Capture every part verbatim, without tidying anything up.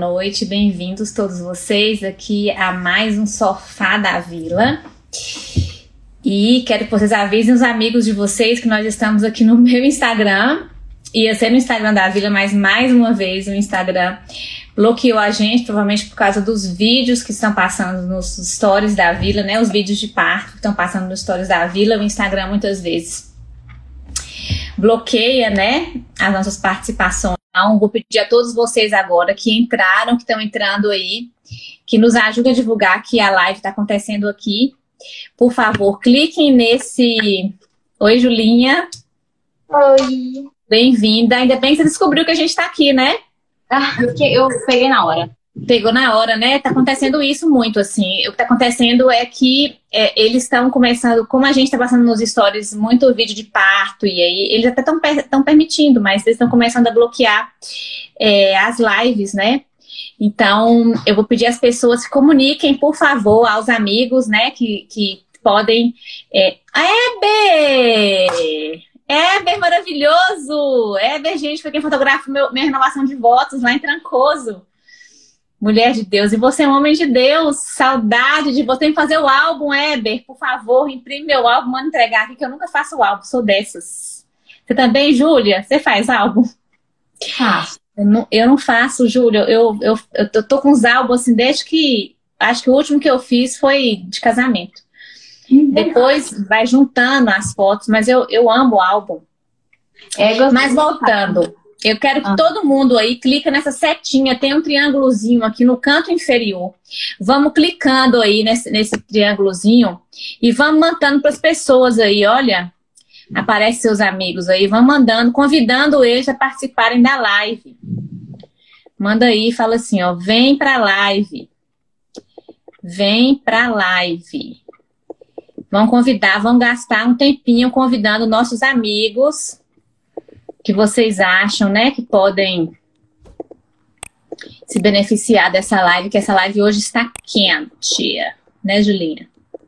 noite, bem-vindos todos vocês aqui a mais um Sofá da Vila. E quero que vocês avisem os amigos de vocês que nós estamos aqui no meu Instagram. Ia ser no Instagram da Vila, mas mais uma vez o Instagram bloqueou a gente, provavelmente por causa dos vídeos que estão passando nos stories da Vila, né? Os vídeos de parto que estão passando nos stories da Vila. O Instagram muitas vezes bloqueia, né, as nossas participações. Então, vou pedir a todos vocês agora que entraram, que estão entrando aí, que nos ajudem a divulgar que a live está acontecendo aqui. Por favor, cliquem nesse... Oi, Julinha. Oi. Bem-vinda. Ainda bem que você descobriu que a gente está aqui, né? Ah, eu peguei na hora. Pegou na hora, né? Tá acontecendo isso muito, assim. O que tá acontecendo é que é, eles estão começando, como a gente tá passando nos stories muito vídeo de parto, e aí eles até estão estão permitindo, mas eles estão começando a bloquear é, as lives, né? Então, eu vou pedir às pessoas que comuniquem, por favor, aos amigos, né, que, que podem... É... Eber! Eber, maravilhoso! Eber, gente, foi quem fotografa meu, minha renovação de votos lá em Trancoso. Mulher de Deus, e você é um homem de Deus, saudade de você. Tem que fazer o álbum, Eber, por favor, imprime meu álbum, manda entregar aqui, que eu nunca faço o álbum, sou dessas. Você também, Júlia? Você faz álbum? Faço. Eu não, eu não faço, Júlia, eu, eu, eu, eu tô com os álbuns assim, desde que, acho que o último que eu fiz foi de casamento. Uhum. Depois vai juntando as fotos, mas eu, eu amo o álbum. É, mas voltando... Eu quero que ah. todo mundo aí clica nessa setinha, tem um triângulozinho aqui no canto inferior. Vamos clicando aí nesse, nesse triângulozinho e vamos mandando para as pessoas aí, olha. Aparece seus amigos aí, vamos mandando, convidando eles a participarem da live. Manda aí, fala assim, ó, vem para a live. Vem para a live. Vamos convidar, vamos gastar um tempinho convidando nossos amigos que vocês acham, né, que podem se beneficiar dessa live, que essa live hoje está quente, né, Julinha?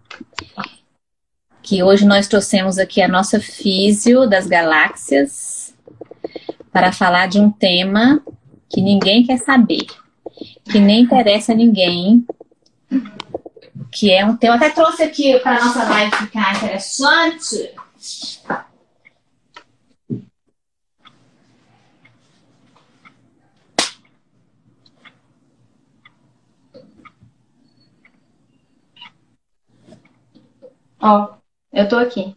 Que hoje nós trouxemos aqui a nossa físio das galáxias para falar de um tema que ninguém quer saber, que nem interessa a ninguém, que é um tema... Eu até trouxe aqui para a nossa live ficar interessante... Ó, eu tô aqui.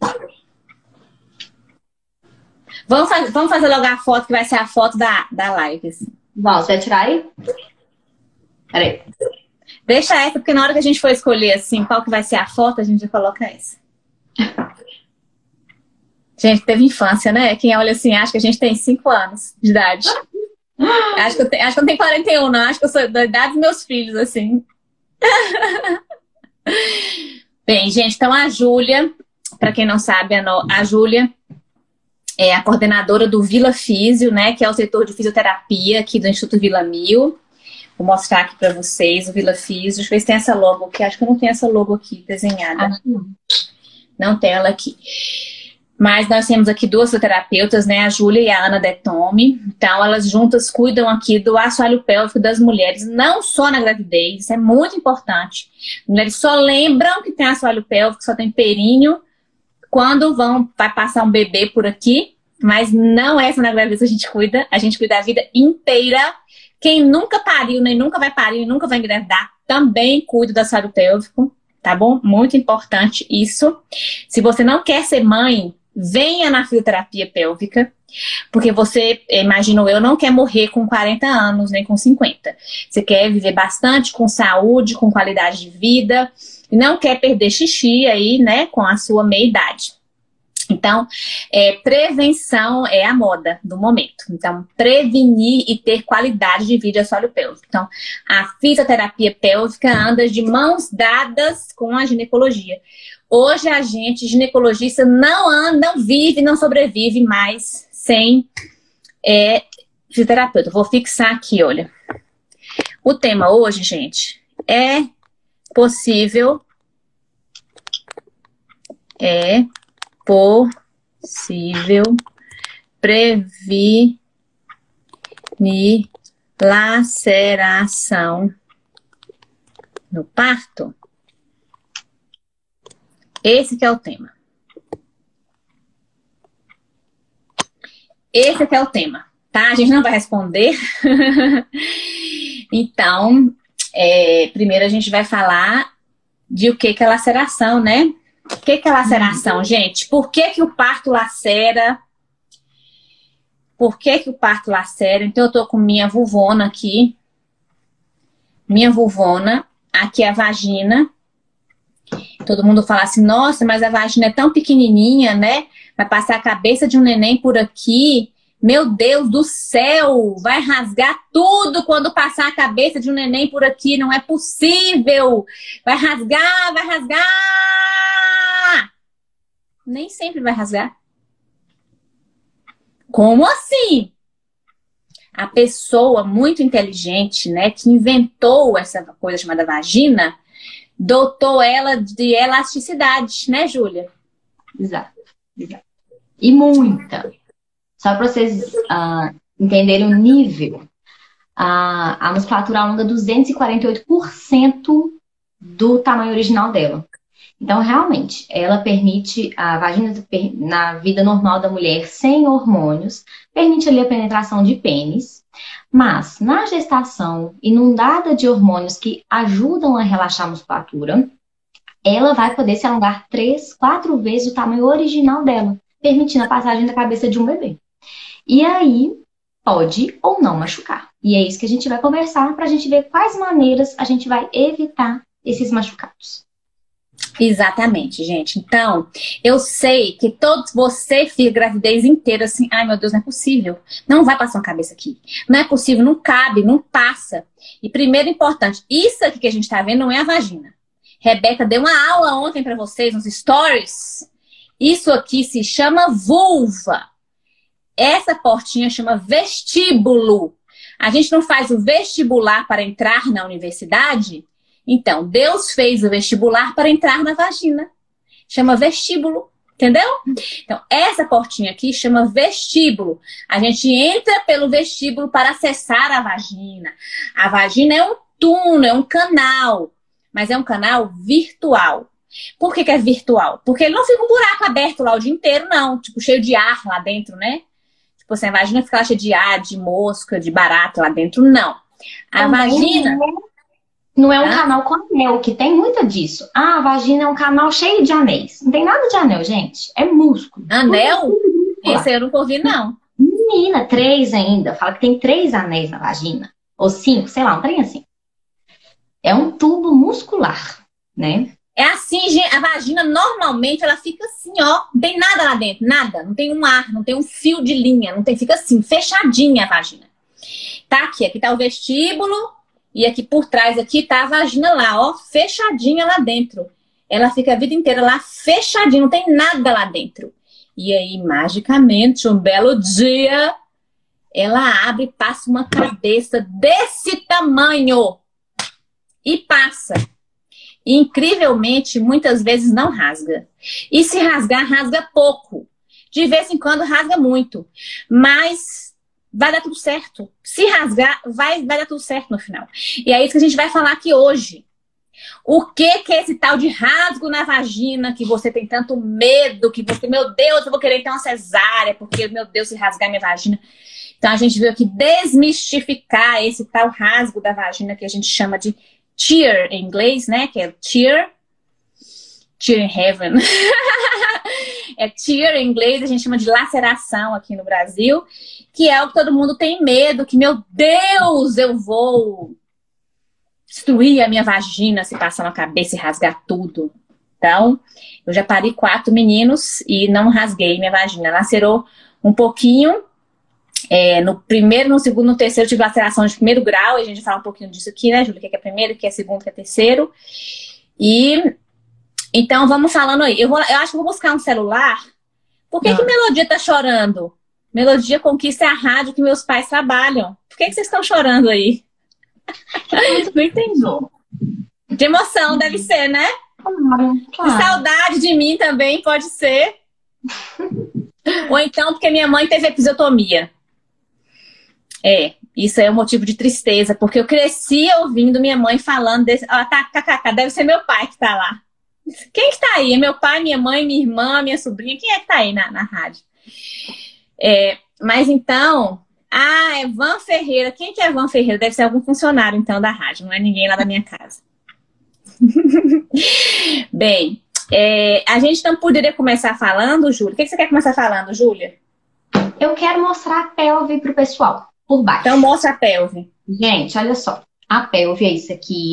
Vamos fazer, vamos fazer logo a foto, que vai ser a foto da, da live. Assim. Bom, você vai tirar aí? Peraí. Deixa essa, porque na hora que a gente for escolher assim, qual que vai ser a foto, a gente já coloca essa. Gente, teve infância, né? Quem olha assim, acha que a gente tem cinco anos de idade. Acho que eu, tenho, acho que eu não tenho quarenta e um, não. Acho que eu sou da idade dos meus filhos, assim. Bem, gente, então a Júlia, para quem não sabe, a Júlia é a coordenadora do Vila Físio, né, que é o setor de fisioterapia aqui do Instituto Vila Mil. Vou mostrar aqui para vocês o Vila Físio. Deixa eu ver se tem essa logo aqui. Acho que eu não tenho essa logo aqui desenhada. Ah, não. Não tem ela aqui. Mas nós temos aqui duas fisioterapeutas, né, a Júlia e a Ana Detome. Então, elas juntas cuidam aqui do assoalho pélvico das mulheres, não só na gravidez, isso é muito importante. As mulheres só lembram que tem assoalho pélvico, só tem períneo, quando vão, vai passar um bebê por aqui, mas não é só na gravidez que a gente cuida, a gente cuida a vida inteira. Quem nunca pariu, nem nunca vai parir, nem nunca vai engravidar, também cuida do assoalho pélvico, tá bom? Muito importante isso. Se você não quer ser mãe, venha na fisioterapia pélvica, porque você, imagino eu, não quer morrer com quarenta anos, nem com cinquenta. Você quer viver bastante, com saúde, com qualidade de vida, e não quer perder xixi aí, né, com a sua meia-idade. Então, é, prevenção é a moda do momento. Então, prevenir e ter qualidade de vida é assoalho pélvico. Então, a fisioterapia pélvica anda de mãos dadas com a ginecologia. Hoje a gente, ginecologista, não anda, não vive, não sobrevive mais sem é, fisioterapeuta. Vou fixar aqui, olha. O tema hoje, gente, é possível, é possível prevenir Laceração no parto? Esse que é o tema. Esse que é o tema, tá? A gente não vai responder. Então, é, primeiro a gente vai falar de o que que é laceração, né? O que que é laceração, gente? Por que que o parto lacera? Por que que o parto lacera? Então, eu tô com minha vulvona aqui. Minha vulvona. Aqui é a vagina. Todo mundo fala assim, nossa, mas a vagina é tão pequenininha, né? Vai passar a cabeça de um neném por aqui. Meu Deus do céu, vai rasgar tudo quando passar a cabeça de um neném por aqui. Não é possível. Vai rasgar, vai rasgar. Nem sempre vai rasgar. Como assim? A pessoa muito inteligente, né, que inventou essa coisa chamada vagina, dotou ela de elasticidade, né, Júlia? Exato, exato. E muita. Só para vocês uh, entenderem o nível, uh, a musculatura alonga duzentos e quarenta e oito por cento do tamanho original dela. Então, realmente, ela permite, a vagina na vida normal da mulher, sem hormônios, permite ali a penetração de pênis, mas na gestação, inundada de hormônios que ajudam a relaxar a musculatura, ela vai poder se alongar três, quatro vezes o tamanho original dela, permitindo a passagem da cabeça de um bebê. E aí, pode ou não machucar. E é isso que a gente vai conversar para a gente ver quais maneiras a gente vai evitar esses machucados. Exatamente, gente. Então, eu sei que todos você fica gravidez inteira assim, ai meu Deus, não é possível. Não vai passar uma cabeça aqui. Não é possível, não cabe, não passa. E primeiro importante, isso aqui que a gente tá vendo não é a vagina. Rebeca deu uma aula ontem para vocês nos stories. Isso aqui se chama vulva. Essa portinha chama vestíbulo. A gente não faz o vestibular para entrar na universidade? Então, Deus fez o vestibular para entrar na vagina. Chama vestíbulo, entendeu? Então, essa portinha aqui chama vestíbulo. A gente entra pelo vestíbulo para acessar a vagina. A vagina é um túnel, é um canal, mas é um canal virtual. Por que que é virtual? Porque ele não fica um buraco aberto lá o dia inteiro, não. Tipo, cheio de ar lá dentro, né? Tipo assim, a vagina fica lá cheia de ar, de mosca, de barata lá dentro, não. A Também vagina... não é um ah. canal com anel, que tem muita disso. Ah, a vagina é um canal cheio de anéis. Não tem nada de anel, gente. É músculo. Anel? Esse eu nunca ouvi, não. Menina, três ainda. Fala que tem três anéis na vagina. Ou cinco, sei lá, um trem assim. É um tubo muscular, né? É assim, gente. A vagina, normalmente, ela fica assim, ó. Não tem nada lá dentro, nada. Não tem um ar, não tem um fio de linha. Não tem, fica assim, fechadinha a vagina. Tá aqui, aqui tá o vestíbulo. E aqui por trás, aqui tá a vagina lá, ó, fechadinha lá dentro. Ela fica a vida inteira lá fechadinha, não tem nada lá dentro. E aí, magicamente, um belo dia, ela abre e passa uma cabeça desse tamanho. E passa. E, incrivelmente, muitas vezes não rasga. E se rasgar, rasga pouco. De vez em quando rasga muito. Mas... vai dar tudo certo. Se rasgar, vai, vai dar tudo certo no final. E é isso que a gente vai falar aqui hoje. O que que é esse tal de rasgo na vagina, que você tem tanto medo, que você, meu Deus, eu vou querer ter uma cesárea, porque, meu Deus, se rasgar minha vagina. Então, a gente veio aqui desmistificar esse tal rasgo da vagina, que a gente chama de tear em inglês, né? Que é tear. Tear in heaven. É tear em inglês, a gente chama de laceração aqui no Brasil, que é o que todo mundo tem medo, que, meu Deus, eu vou destruir a minha vagina se passar na cabeça e rasgar tudo. Então, eu já parei quatro meninos e não rasguei minha vagina. Lacerou um pouquinho, é, no primeiro, no segundo, no terceiro, eu tive laceração de primeiro grau, e a gente fala um pouquinho disso aqui, né, Júlia? O que é primeiro, o que é segundo, o que é terceiro. E... então, vamos falando aí. Eu, vou, eu acho que vou buscar um celular. Por que, que Melodia tá chorando? Melodia Conquista é a rádio que meus pais trabalham. Por que, que vocês estão chorando aí? Não entendi. De emoção, deve ser, né? Claro, claro. De saudade de mim também, pode ser. Ou então porque minha mãe teve episiotomia. É, Isso é um motivo de tristeza, porque eu cresci ouvindo minha mãe falando desse... Ah, tá, kkk, deve ser meu pai que tá lá. Quem que tá aí? É meu pai, minha mãe, minha irmã, minha sobrinha? Quem é que tá aí na, na rádio? É, mas então... Ah, é Van Ferreira. Quem que é Van Ferreira? Deve ser algum funcionário, então, da rádio. Não é ninguém lá da minha casa. Bem, é, a gente não poderia começar falando, Júlia? O que, que você quer começar falando, Júlia? Eu quero mostrar a pelve pro pessoal, por baixo. Então mostra a pelve. Gente, olha só. A pelve é isso aqui.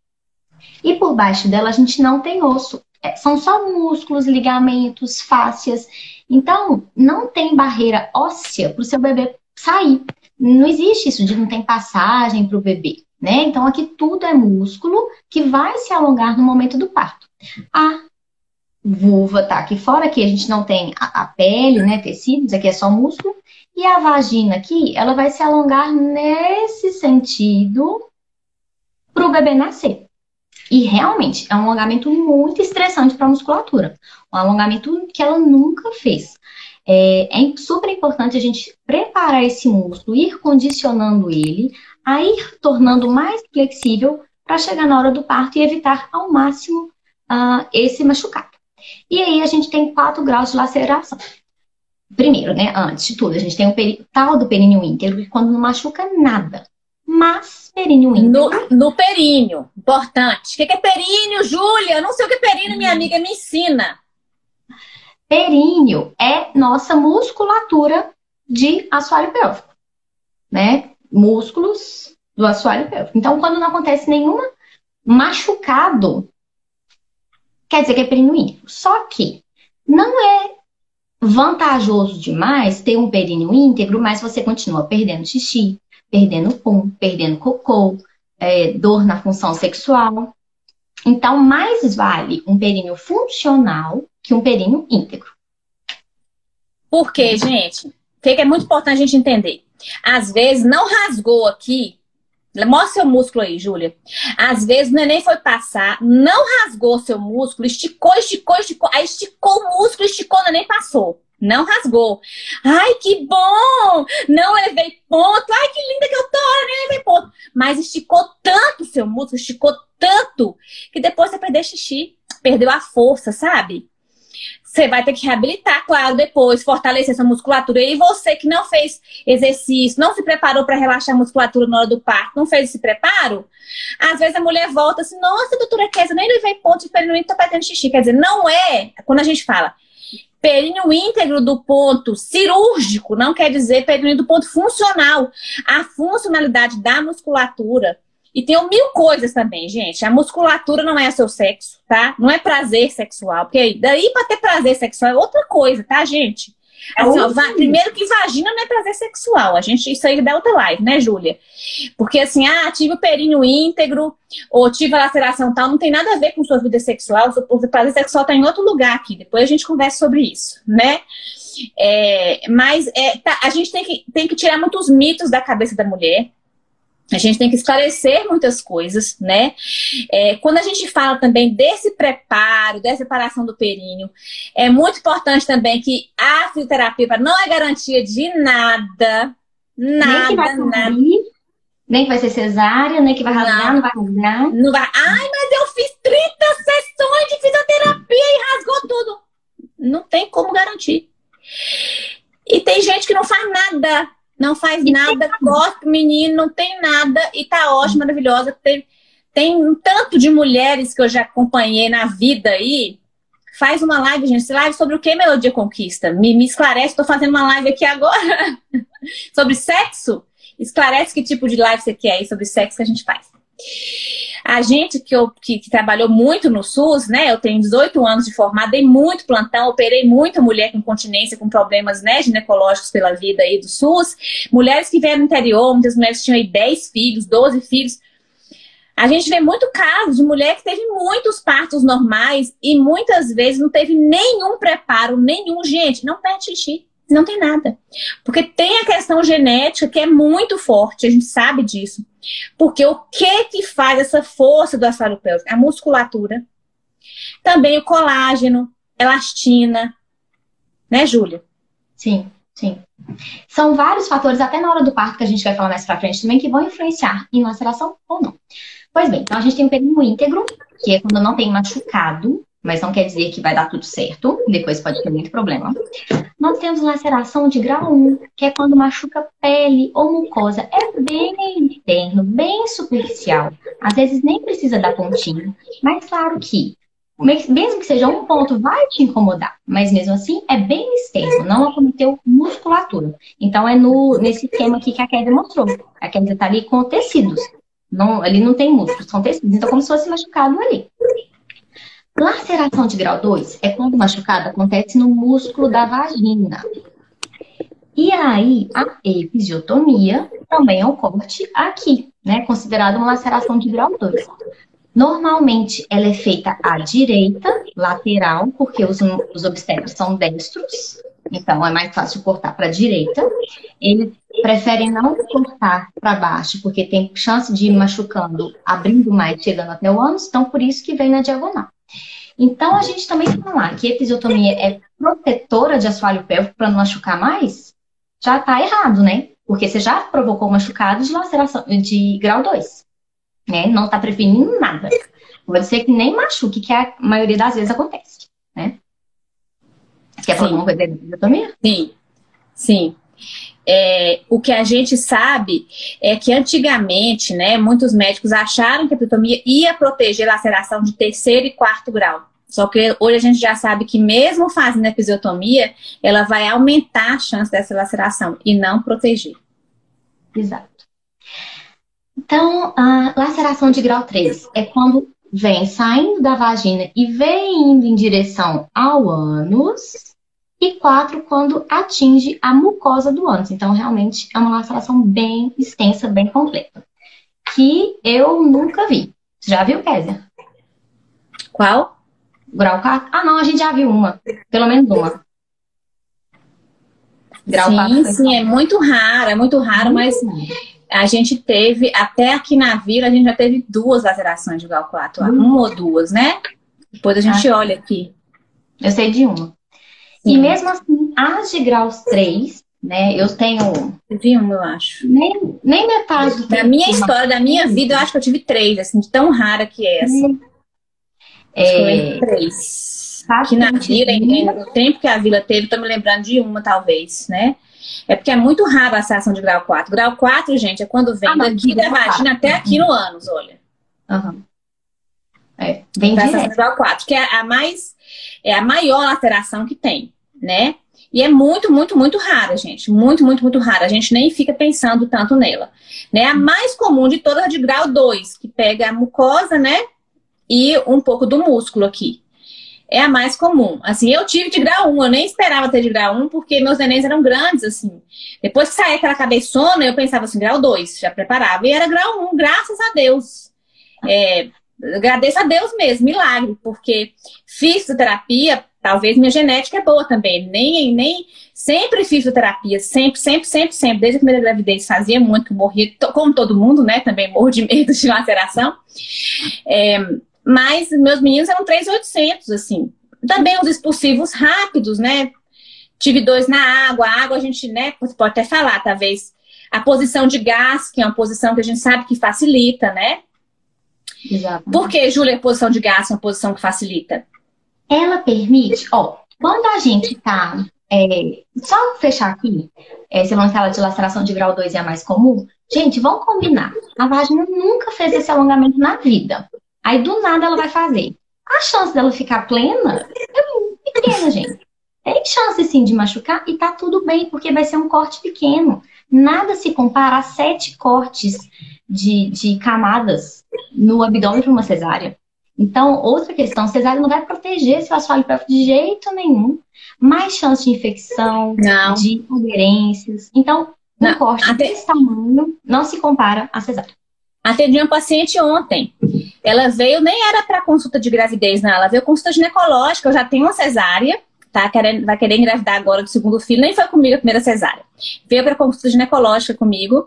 E por baixo dela a gente não tem osso. É, são só músculos, ligamentos, fáscias. Então, não tem barreira óssea pro seu bebê sair. Não existe isso de não tem passagem pro bebê, né? Então, aqui tudo é músculo que vai se alongar no momento do parto. A vulva tá aqui fora, aqui a gente não tem a, a pele, né, tecidos, aqui é só músculo. E a vagina aqui, ela vai se alongar nesse sentido pro bebê nascer. E realmente é um alongamento muito estressante para a musculatura. Um alongamento que ela nunca fez. É, é super importante a gente preparar esse músculo, ir condicionando ele, a ir tornando mais flexível para chegar na hora do parto e evitar ao máximo uh, esse machucado. E aí a gente tem quatro graus de laceração. Primeiro, né, antes de tudo, a gente tem o peri- tal do períneo íntegro, que quando não machuca nada. Mas períneo íntegro... No, no períneo, importante. O que, que é períneo, Júlia? Eu não sei o que é períneo, minha amiga me ensina. Períneo é nossa musculatura de assoalho pélvico, né? Músculos do assoalho pélvico. Então, quando não acontece nenhum machucado, quer dizer que é períneo íntegro. Só que não é vantajoso demais ter um períneo íntegro, mas você continua perdendo xixi, perdendo pum, perdendo cocô, é, dor na função sexual. Então, mais vale um períneo funcional que um períneo íntegro. Por quê, gente? O que é muito importante a gente entender? Às vezes, não rasgou aqui. Mostra seu músculo aí, Júlia. Às vezes, o neném foi passar, não rasgou seu músculo, esticou, esticou, esticou. Aí esticou o músculo, esticou, o neném passou. Não rasgou. Ai, que bom! Não levei ponto. Ai, que linda que eu tô, eu nem levei ponto. Mas esticou tanto o seu músculo, esticou tanto, que depois você perdeu xixi. Perdeu a força, sabe? Você vai ter que reabilitar, claro, depois, fortalecer essa musculatura. E você que não fez exercício, não se preparou para relaxar a musculatura na hora do parto, não fez esse preparo, às vezes a mulher volta assim, nossa, doutora Kézia, eu nem levei ponto de períneo íntegro, tô perdendo xixi. Quer dizer, não é, quando a gente fala períneo íntegro do ponto cirúrgico, não quer dizer períneo do ponto funcional. A funcionalidade da musculatura. E tem mil coisas também, gente. A musculatura não é seu sexo, tá? Não é prazer sexual. Porque daí pra ter prazer sexual é outra coisa, tá, gente? Assim, ó, va- primeiro que vagina não é prazer sexual. A gente, isso aí dá outra live, né, Júlia? Porque assim, ah, tive o períneo íntegro, ou tive a laceração tal, não tem nada a ver com sua vida sexual. O prazer sexual tá em outro lugar aqui. Depois a gente conversa sobre isso, né? É, mas é, tá, a gente tem que, tem que tirar muitos mitos da cabeça da mulher. A gente tem que esclarecer muitas coisas, né? É, quando a gente fala também desse preparo, dessa separação do períneo, é muito importante também que a fisioterapia não é garantia de nada, nada, Nem que vai nada. subir, nem que vai ser cesárea, nem que vai rasgar, Não. não vai rasgar. Não vai. Ai, mas eu fiz trinta sessões de fisioterapia e rasgou tudo. Não tem como garantir. E tem gente que não faz nada. Não faz nada, gosta do menino, não tem nada e tá ótima, maravilhosa. Tem, tem um tanto de mulheres que eu já acompanhei na vida aí. Faz uma live, gente. Essa live sobre o que, Melodia Conquista? Me, me esclarece, tô fazendo uma live aqui agora sobre sexo. Esclarece que tipo de live você quer aí sobre sexo que a gente faz. A gente que, eu, que, que trabalhou muito no SUS, né? Eu tenho dezoito anos de formada, dei muito plantão, operei muita mulher com continência, com problemas, né, ginecológicos pela vida aí do SUS. Mulheres que vieram do interior, muitas mulheres tinham aí dez filhos, doze filhos. A gente vê muito caso de mulher que teve muitos partos normais e muitas vezes não teve nenhum preparo, nenhum. Gente, não perde xixi. Não tem nada. Porque tem a questão genética que é muito forte, a gente sabe disso. Porque o que que faz essa força do assoalho pélvico? A musculatura. Também o colágeno, elastina. Né, Júlia? Sim. Sim. São vários fatores, até na hora do parto, que a gente vai falar mais pra frente também, que vão influenciar em laceração ou não. Pois bem, então a gente tem o períneo íntegro, que é quando não tem machucado, mas não quer dizer que vai dar tudo certo, depois pode ter muito problema. Nós temos laceração de grau um, que é quando machuca pele ou mucosa. É bem interno, bem superficial. Às vezes nem precisa dar pontinho, mas claro que, mesmo que seja um ponto, vai te incomodar. Mas mesmo assim, é bem externo, não acometeu musculatura. Então é no, nesse esquema aqui que a Kézia mostrou. A Kézia tá ali com tecidos. Não, ali não tem músculos, são tecidos. Então, como se fosse machucado ali. Laceração de grau dois é quando o machucado acontece no músculo da vagina. E aí, a episiotomia também é um corte aqui, né? Considerado uma laceração de grau dois. Normalmente, ela é feita à direita, lateral, porque os, os obstetras são destros. Então, é mais fácil cortar para a direita. Eles preferem não cortar para baixo, porque tem chance de ir machucando, abrindo mais, chegando até o ânus. Então, por isso que vem na diagonal. Então, a gente também falar que a episiotomia é protetora de assoalho pélvico para não machucar mais, já está errado, né? Porque você já provocou machucado de laceração de grau dois, né? Não está prevenindo nada. Pode ser que nem machuque, que a maioria das vezes acontece, né? Você quer falar alguma coisa da episiotomia? Sim, sim. É, o que a gente sabe é que antigamente, né, muitos médicos acharam que a episiotomia ia proteger a laceração de terceiro e quarto grau. Só que hoje a gente já sabe que mesmo fazendo a episiotomia, ela vai aumentar a chance dessa laceração e não proteger. Exato. Então, a laceração de grau três é quando vem saindo da vagina e vem indo em direção ao ânus. E quatro, quando atinge a mucosa do ânus. Então, realmente, é uma laceração bem extensa, bem completa. Que eu nunca vi. Você já viu, Kézia? Qual? Grau quatro? Ah, não, a gente já viu uma. Pelo menos uma. Grau sim, quatro sim, é muito raro, é muito raro, muito mas raro. A gente teve, até aqui na vila, a gente já teve duas lacerações de grau quatro. Hum. Uma ou duas, né? Depois a gente ah, olha aqui. Eu sei de uma. E mesmo assim, as de graus três, né, eu tenho... Eu vi uma, eu acho. Nem, nem metade do tempo. Da minha história, da minha vida, eu acho que eu tive três, assim, de tão rara que é essa. É... Três. Aqui na vila, no tempo que a vila teve, tô me lembrando de uma, talvez, né? É porque é muito rara a laceração de grau quatro. Grau quatro, gente, é quando vem ah, daqui da vagina até aqui no ânus, olha. Aham. Uhum. É, bem direto. Grau quatro, que é a mais, é a maior laceração que tem, né? E é muito, muito, muito rara, gente. Muito, muito, muito rara. A gente nem fica pensando tanto nela. Né? A mais comum de todas é de grau dois, que pega a mucosa, né? E um pouco do músculo aqui. É a mais comum. Assim, eu tive de grau um, eu nem esperava ter de grau um, porque meus nenéns eram grandes, assim. Depois que saía aquela cabeçona, eu pensava assim, grau dois, já preparava. E era grau um, graças a Deus. É... Agradeço a Deus mesmo, milagre, porque fisioterapia, talvez minha genética é boa também, nem, nem sempre fisioterapia, sempre, sempre, sempre, sempre, desde a primeira gravidez fazia muito, que eu morria, como todo mundo, né, também morro de medo de laceração, é, mas meus meninos eram três mil e oitocentos, assim, também os expulsivos rápidos, né, tive dois na água, a água a gente, né, você pode até falar, talvez, a posição de gás, que é uma posição que a gente sabe que facilita, né. Exato. Por que, Júlia, a posição de gás é uma posição que facilita? Ela permite, ó, quando a gente tá, é, só fechar aqui, é, você vai falar de laceração de grau dois é a mais comum, gente, vamos combinar, a vagina nunca fez esse alongamento na vida, aí do nada ela vai fazer, a chance dela ficar plena é muito pequena, gente, tem chance sim de machucar e tá tudo bem, porque vai ser um corte pequeno, nada se compara a sete cortes de, de camadas no abdômen para uma cesárea. Então, outra questão, cesárea não vai proteger seu assoalho pélvico de jeito nenhum. Mais chance de infecção, não. De aderências. Então, um não. corte Até... desse tamanho não se compara à cesárea. Atendi uma paciente ontem. Ela veio, nem era para consulta de gravidez, não. Ela veio consulta ginecológica, eu já tenho uma cesárea. Tá querendo, vai querer engravidar agora do segundo filho, nem foi comigo a primeira cesárea. Veio para consulta ginecológica comigo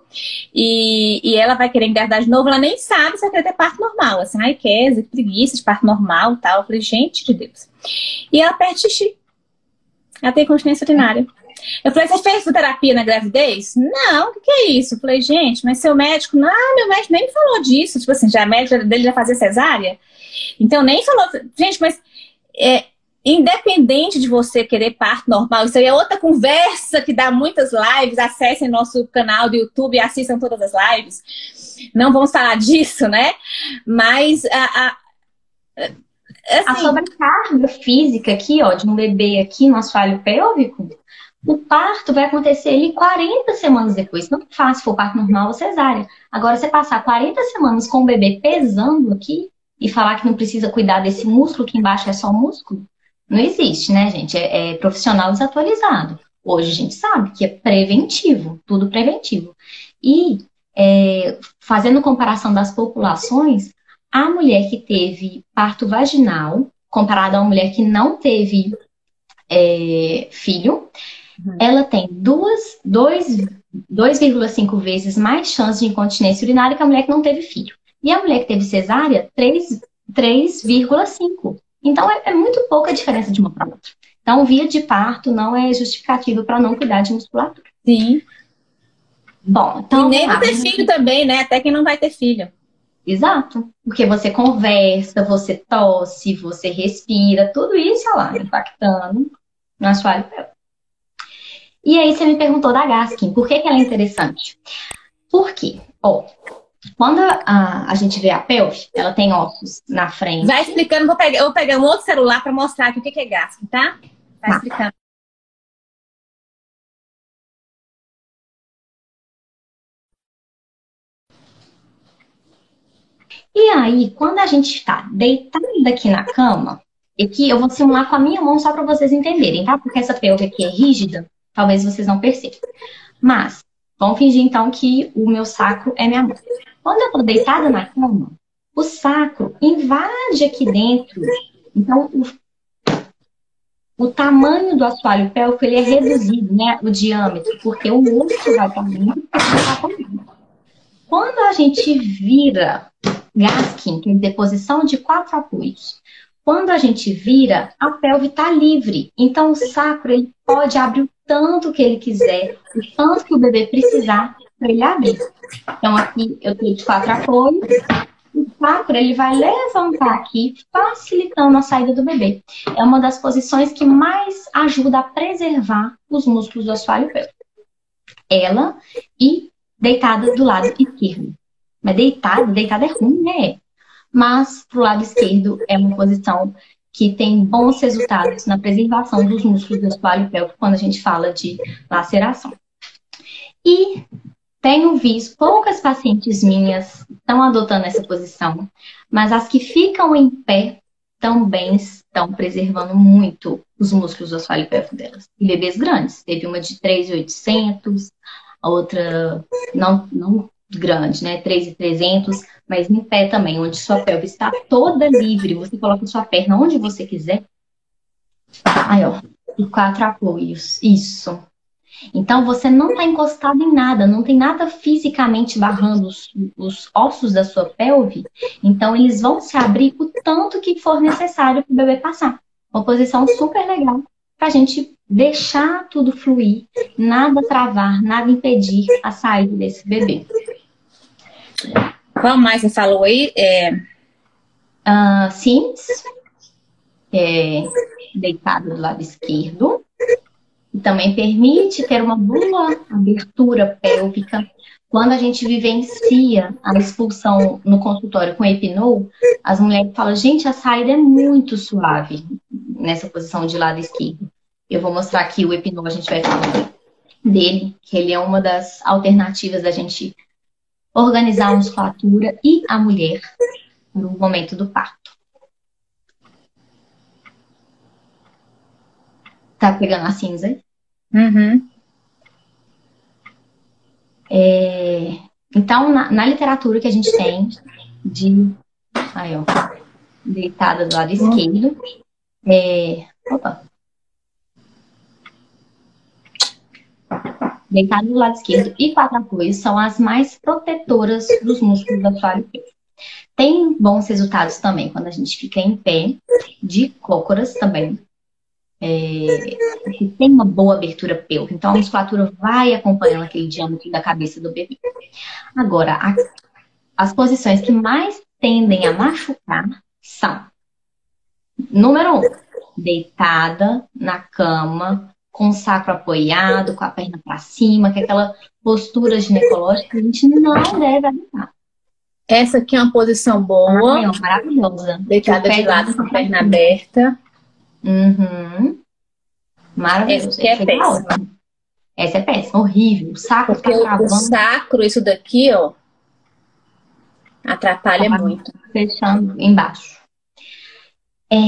e, e ela vai querer engravidar de novo, ela nem sabe se vai querer ter parto normal. Assim, ai, Kézia, que preguiça de parto normal e tal. Eu falei, gente de Deus. E ela perde xixi. Ela tem continência urinária. Eu falei, você fez fisioterapia na gravidez? Não, o que, que é isso? Eu falei, gente, mas seu médico, não, meu médico nem me falou disso. Tipo assim, já a médica dele já fazia cesárea. Então nem falou, gente, mas é, independente de você querer parto normal, isso aí é outra conversa que dá muitas lives. Acessem nosso canal do YouTube e assistam todas as lives. Não vamos falar disso, né? Mas a, a, assim, a sobrecarga física aqui, ó, de um bebê aqui no assoalho pélvico, o parto vai acontecer ali quarenta semanas depois. Não é fácil, se for parto normal ou cesárea. Agora, você passar quarenta semanas com o bebê pesando aqui e falar que não precisa cuidar desse músculo, que embaixo é só músculo, não existe, né, gente? É, é profissional desatualizado. Hoje a gente sabe que é preventivo, tudo preventivo. E, é, fazendo comparação das populações, a mulher que teve parto vaginal, comparada a uma mulher que não teve é, filho, uhum. ela tem dois vírgula cinco vezes mais chance de incontinência urinária que a mulher que não teve filho. E a mulher que teve cesárea, três vírgula cinco. Então, é, é muito pouca a diferença de uma para outra. Então, via de parto não é justificativa para não cuidar de musculatura. Sim. Bom, então... E nem não ter filho também, né? Até quem não vai ter filho. Exato. Porque você conversa, você tosse, você respira, tudo isso lá, impactando no assoalho pélvico. E aí, você me perguntou da Gaskin. Por que que ela é interessante? Por quê? Ó... Quando a, a gente vê a pelve, ela tem ossos na frente. Vai explicando, vou pegar, eu vou pegar um outro celular para mostrar aqui o que, que é Gaskin, tá? Vai tá. explicando. E aí, quando a gente está deitada aqui na cama, aqui eu vou simular com a minha mão só para vocês entenderem, tá? Porque essa pelve aqui é rígida, talvez vocês não percebam. Mas, vamos fingir então que o meu sacro é minha mão. Quando eu tô deitada na cama, o sacro invade aqui dentro. Então, o, o tamanho do assoalho pélvico ele é reduzido, né? O diâmetro, porque o osso vai para dentro e vai para dentro. Quando a gente vira Gaskin, que é deposição de quatro apoios, quando a gente vira, a pelve está livre. Então, o sacro ele pode abrir o tanto que ele quiser, o tanto que o bebê precisar para ele abrir. Então, aqui eu tenho de quatro apoios. O sacro ele vai levantar aqui, facilitando a saída do bebê. É uma das posições que mais ajuda a preservar os músculos do assoalho pélvico. Ela e deitada do lado esquerdo. Mas deitada, deitada é ruim, né? Mas pro lado esquerdo é uma posição que tem bons resultados na preservação dos músculos do assoalho pélvico quando a gente fala de laceração. E tenho visto poucas pacientes minhas estão adotando essa posição, mas as que ficam em pé também estão preservando muito os músculos do assoalho pélvico delas. E bebês grandes. Teve uma de três mil e oitocentos, a outra não, não grande, né? três mil e trezentos, mas em pé também, onde sua pelve está toda livre. Você coloca sua perna onde você quiser. Aí, ó. E quatro apoios. Isso. Então, você não está encostado em nada, não tem nada fisicamente barrando os, os ossos da sua pelve. Então, eles vão se abrir o tanto que for necessário para o bebê passar. Uma posição super legal para a gente deixar tudo fluir, nada travar, nada impedir a saída desse bebê. Qual mais você falou aí? É... Uh, Sims, é, deitado do lado esquerdo. E também permite ter uma boa abertura pélvica. Quando a gente vivencia a expulsão no consultório com Epinol, as mulheres falam, gente, a saída é muito suave nessa posição de lado esquerdo. Eu vou mostrar aqui o Epinol, a gente vai falar dele, que ele é uma das alternativas da gente organizar a musculatura e a mulher no momento do parto. Tá pegando a cinza? Uhum. É, então, na, na literatura que a gente tem de aí, ó, deitada do lado esquerdo, é, opa, deitada do lado esquerdo e quatro apoios são as mais protetoras dos músculos do assoalho pélvico. Tem bons resultados também quando a gente fica em pé, de cócoras também. é, que tem uma boa abertura pélvica. Então, a musculatura vai acompanhando aquele diâmetro da cabeça do bebê. Agora, a, as posições que mais tendem a machucar são, número um, deitada na cama, com o sacro apoiado, com a perna para cima, que é aquela postura ginecológica que a gente não deve adotar. Essa aqui é uma posição boa. Ah, é maravilhosa. Deitada de lado com a perna aberta. Uhum. Maravilhoso. Essa aqui é péssima. Essa é péssima, horrível. O sacro Porque tá travando. o sacro, isso daqui, ó, atrapalha Tá muito. Fechando embaixo. É,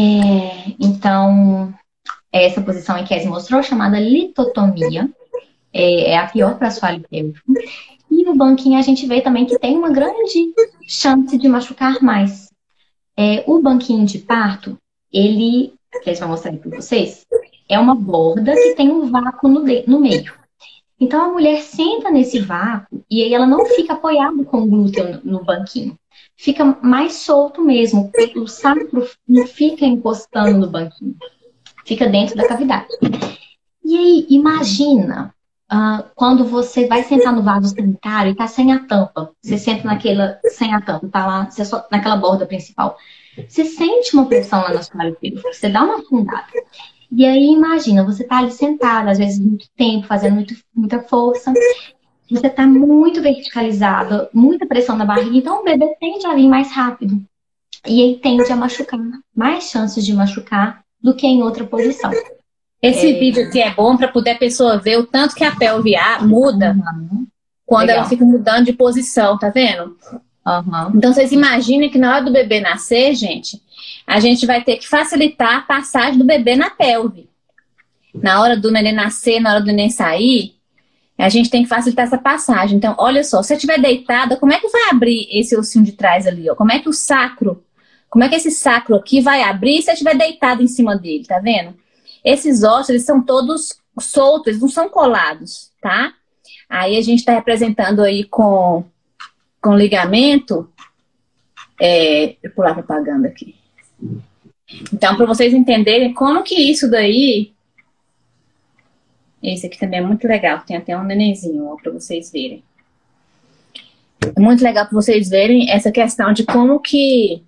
então, essa posição em que a Kézia mostrou, chamada litotomia, é, é a pior para assoalho pélvico. E no banquinho a gente vê também que tem uma grande chance de machucar mais. É, o banquinho de parto, ele, que a gente vai mostrar aqui para vocês, é uma borda que tem um vácuo no, de, no meio. Então a mulher senta nesse vácuo e aí ela não fica apoiada com o glúteo no, no banquinho. Fica mais solto mesmo. O sacro não fica encostando no banquinho. Fica dentro da cavidade. E aí, imagina... Uh, quando você vai sentar no vaso sanitário e tá sem a tampa, você senta naquela, sem a tampa, tá lá, você só, naquela borda principal, você sente uma pressão lá no assoalho pélvico, você dá uma afundada. E aí, imagina, você tá ali sentado, às vezes muito tempo, fazendo muito, muita força, você tá muito verticalizado, muita pressão na barriga, então o bebê tende a vir mais rápido. E ele tende a machucar, mais chances de machucar do que em outra posição. Esse é... vídeo aqui é bom para poder a pessoa ver o tanto que a pelve muda uhum. quando Legal. Ela fica mudando de posição, tá vendo? Uhum. Então vocês imaginem que na hora do bebê nascer, gente, a gente vai ter que facilitar a passagem do bebê na pelve. Na hora do neném nascer, na hora do neném sair, a gente tem que facilitar essa passagem. Então, olha só, se você estiver deitada, como é que vai abrir esse ossinho de trás ali? Ó? Como é que o sacro, como é que esse sacro aqui vai abrir se você estiver deitado em cima dele, tá vendo? Esses ossos, eles são todos soltos, eles não são colados, tá? Aí a gente está representando aí com, com ligamento. É, eu pular a propaganda aqui. Então, para vocês entenderem como que isso daí... Esse aqui também é muito legal, tem até um nenenzinho, ó, para vocês verem. É muito legal para vocês verem essa questão de como que...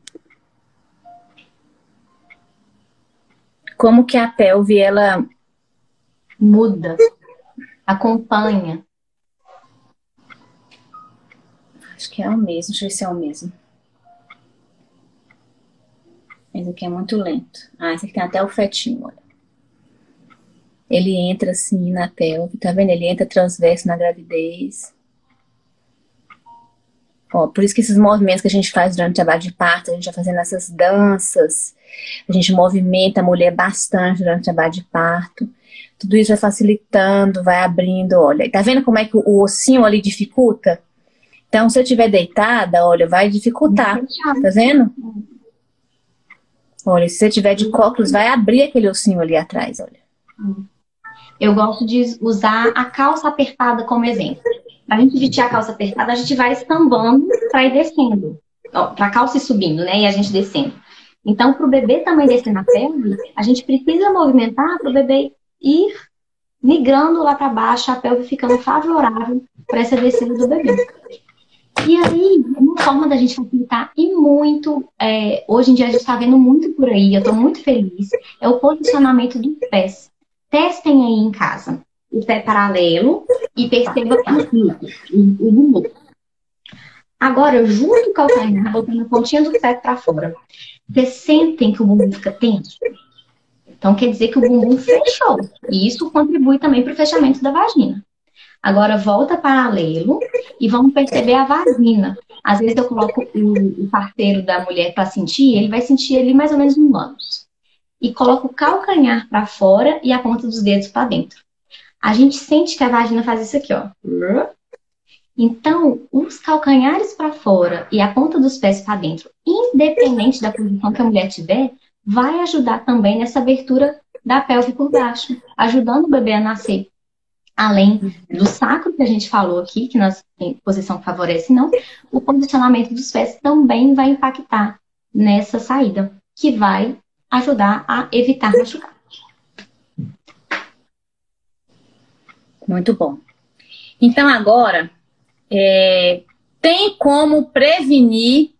Como que a pelve, ela muda, acompanha. Acho que é o mesmo, deixa eu ver se é o mesmo. Esse aqui é muito lento. Ah, esse aqui tem até o fetinho, olha. Ele entra assim na pelve, tá vendo? Ele entra transverso na gravidez. Ó, por isso que esses movimentos que a gente faz durante o trabalho de parto, a gente vai fazendo essas danças, a gente movimenta a mulher bastante durante o trabalho de parto. Tudo isso vai facilitando, vai abrindo, olha. Tá vendo como é que o ossinho ali dificulta? Então, se eu estiver deitada, olha, vai dificultar, tá vendo? Olha, se você estiver de cócoras, vai abrir aquele ossinho ali atrás, olha. Eu gosto de usar a calça apertada como exemplo. Para a gente vestir a calça apertada, a gente vai estambando para ir descendo. Para a calça ir subindo, né? E a gente descendo. Então, para o bebê também descer na pelve, a gente precisa movimentar para o bebê ir migrando lá para baixo, a pelve ficando favorável para essa descida do bebê. E aí, uma forma da gente facilitar e muito, é, hoje em dia a gente está vendo muito por aí, eu estou muito feliz, é o posicionamento dos pés. Testem aí em casa o pé paralelo e perceba o, o bumbum. Agora, junto o calcanhar, botando a pontinha do pé para fora. Vocês sentem que o bumbum fica tenso? Então, quer dizer que o bumbum fechou. E isso contribui também para o fechamento da vagina. Agora, volta paralelo e vamos perceber a vagina. Às vezes eu coloco o, o parteiro da mulher para sentir, ele vai sentir ali mais ou menos no ânus. E coloco o calcanhar para fora e a ponta dos dedos para dentro. A gente sente que a vagina faz isso aqui, ó. Então, os calcanhares para fora e a ponta dos pés para dentro, independente da posição que a mulher tiver, vai ajudar também nessa abertura da pelve por baixo, ajudando o bebê a nascer. Além do sacro que a gente falou aqui, que nós tem posição que favorece, não, o posicionamento dos pés também vai impactar nessa saída, que vai ajudar a evitar machucar. Muito bom. Então, agora, é, tem como prevenir?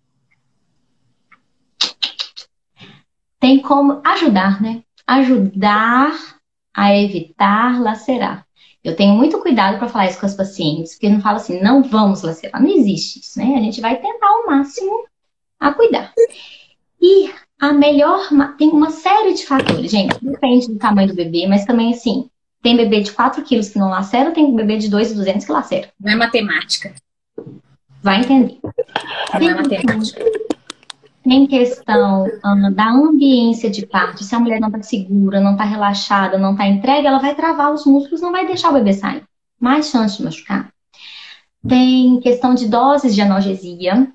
Tem como ajudar, né? Ajudar a evitar lacerar. Eu tenho muito cuidado para falar isso com as pacientes, porque não fala assim, não vamos lacerar. Não existe isso, né? A gente vai tentar ao máximo a cuidar. E a melhor... Tem uma série de fatores, gente. Depende do tamanho do bebê, mas também, assim, tem bebê de quatro quilos que não lacera, tem bebê de dois mil e duzentos que lacera. Não é matemática. Vai entender. Não é matemática. Tem questão uh, da ambiência de parto. Se a mulher não está segura, não está relaxada, não está entregue, ela vai travar os músculos, não vai deixar o bebê sair. Mais chance de machucar. Tem questão de doses de analgesia,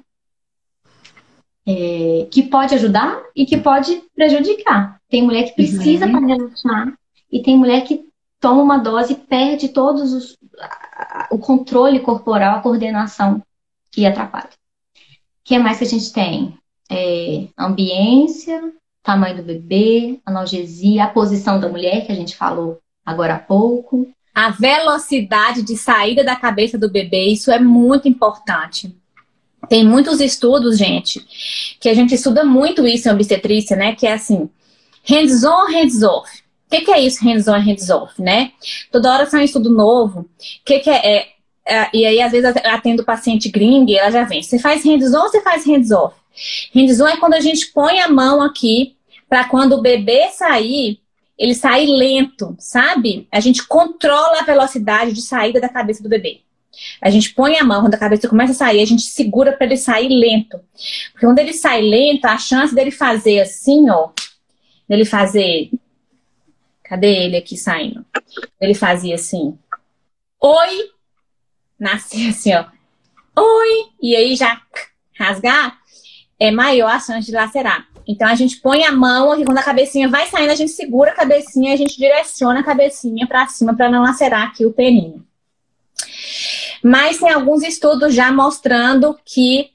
é, que pode ajudar e que pode prejudicar. Tem mulher que precisa uhum. para relaxar e tem mulher que toma uma dose e perde todos os, o controle corporal, a coordenação e atrapalha. O que mais que a gente tem? É, ambiência, tamanho do bebê, analgesia, a posição da mulher, que a gente falou agora há pouco. A velocidade de saída da cabeça do bebê, isso é muito importante. Tem muitos estudos, gente, que a gente estuda muito isso em obstetrícia, né? Que é assim, hands-on, hands-off. O que, que é isso, hands-on e hands-off, né? Toda hora sai um estudo novo. O que, que é, é, é... E aí, às vezes, atendo o paciente gringo e ela já vem. Você faz hands-on ou você faz hands-off? Hands-on é quando a gente põe a mão aqui para quando o bebê sair, ele sair lento, sabe? A gente controla a velocidade de saída da cabeça do bebê. A gente põe a mão, quando a cabeça começa a sair, a gente segura para ele sair lento. Porque quando ele sai lento, a chance dele fazer assim, ó, dele fazer... Cadê ele aqui saindo? Ele fazia assim, oi, nascia assim, ó, oi, e aí já rasgar, é maior a chance de lacerar. Então a gente põe a mão aqui, quando a cabecinha vai saindo, a gente segura a cabecinha, a gente direciona a cabecinha para cima para não lacerar aqui o períneo. Mas tem alguns estudos já mostrando que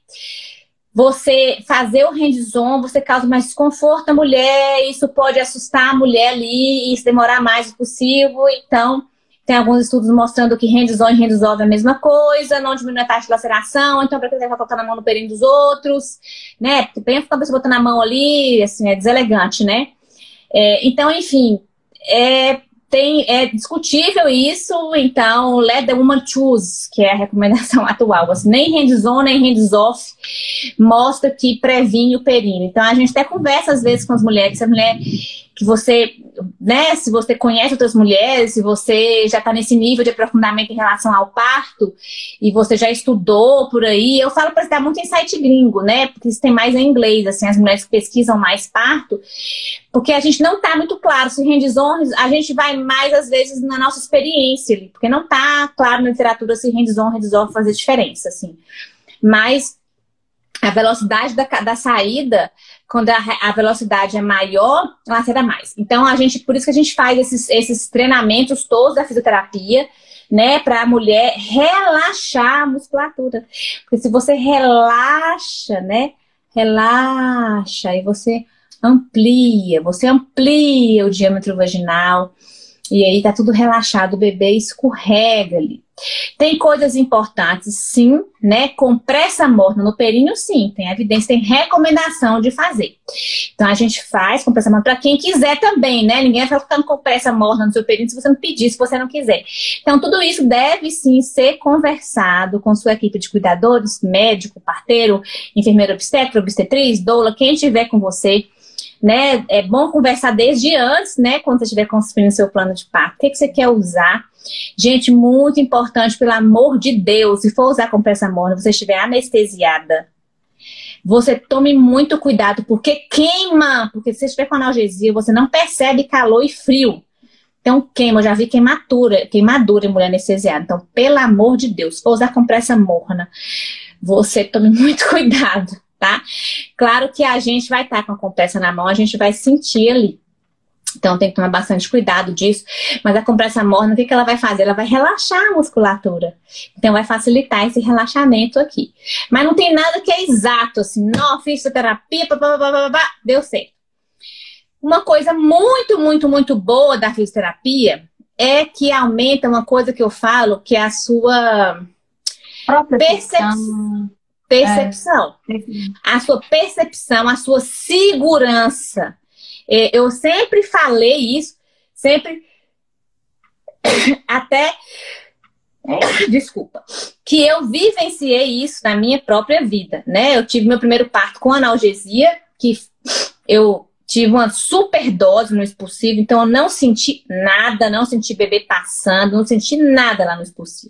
você fazer o hands-on, você causa mais desconforto à mulher, isso pode assustar a mulher ali e isso demorar mais possível. Então, tem alguns estudos mostrando que hands-on e hands-off é a mesma coisa, não diminui a taxa de laceração, então para que você vai colocar a mão no períneo dos outros, né? Porque pensa que a pessoa botando a mão ali, assim, é deselegante, né? É, então, enfim, é... Tem, é discutível isso, então let the woman choose, que é a recomendação atual. Assim, nem hands-on, nem hands-off mostra que previne o períneo. Então a gente até conversa às vezes com as mulheres, se a mulher que você, né, se você conhece outras mulheres, se você já está nesse nível de aprofundamento em relação ao parto, e você já estudou por aí, eu falo para você dar muito em site gringo, né, porque isso tem mais em inglês, assim, as mulheres que pesquisam mais parto, porque a gente não está muito claro se hands-on, a gente vai mais, às vezes, na nossa experiência ali, porque não está claro na literatura se hands-on, hands-off faz diferença, assim. Mas a velocidade da, da saída, quando a, a velocidade é maior, lacera mais. Então, a gente, por isso que a gente faz esses, esses treinamentos todos da fisioterapia, né, para a mulher relaxar a musculatura. Porque se você relaxa, né, relaxa e você amplia, você amplia o diâmetro vaginal e aí tá tudo relaxado, o bebê escorrega ali. Tem coisas importantes, sim, né? Compressa morna no períneo, sim, tem evidência, tem recomendação de fazer. Então a gente faz compressa morna para quem quiser também, né? Ninguém vai ficar com compressa morna no seu períneo se você não pedir, se você não quiser. Então tudo isso deve sim ser conversado com sua equipe de cuidadores, médico, parteiro, enfermeira obstetra, obstetriz, doula, quem estiver com você. Né? É bom conversar desde antes, né? Quando você estiver construindo o seu plano de parto. O que, que você quer usar? Gente, muito importante, pelo amor de Deus, se for usar compressa morna, você estiver anestesiada, você tome muito cuidado, porque queima. Porque se você estiver com analgesia, você não percebe calor e frio. Então queima, eu já vi queimadura, queimadura em mulher anestesiada. Então, pelo amor de Deus, se for usar compressa morna, você tome muito cuidado. Tá? Claro que a gente vai estar com a compressa na mão, a gente vai sentir ali. Então tem que tomar bastante cuidado disso. Mas a compressa morna, o que, que ela vai fazer? Ela vai relaxar a musculatura. Então vai facilitar esse relaxamento aqui. Mas não tem nada que é exato, assim, não, fisioterapia, papapá, deu certo. Uma coisa muito, muito, muito boa da fisioterapia é que aumenta uma coisa que eu falo, que é a sua percepção. Percepção. É. A sua percepção, a sua segurança. Eu sempre falei isso, sempre até, desculpa, que eu vivenciei isso na minha própria vida, né? Eu tive meu primeiro parto com analgesia, que eu tive uma super dose no expulsivo, então eu não senti nada, não senti bebê passando, não senti nada lá no expulsivo.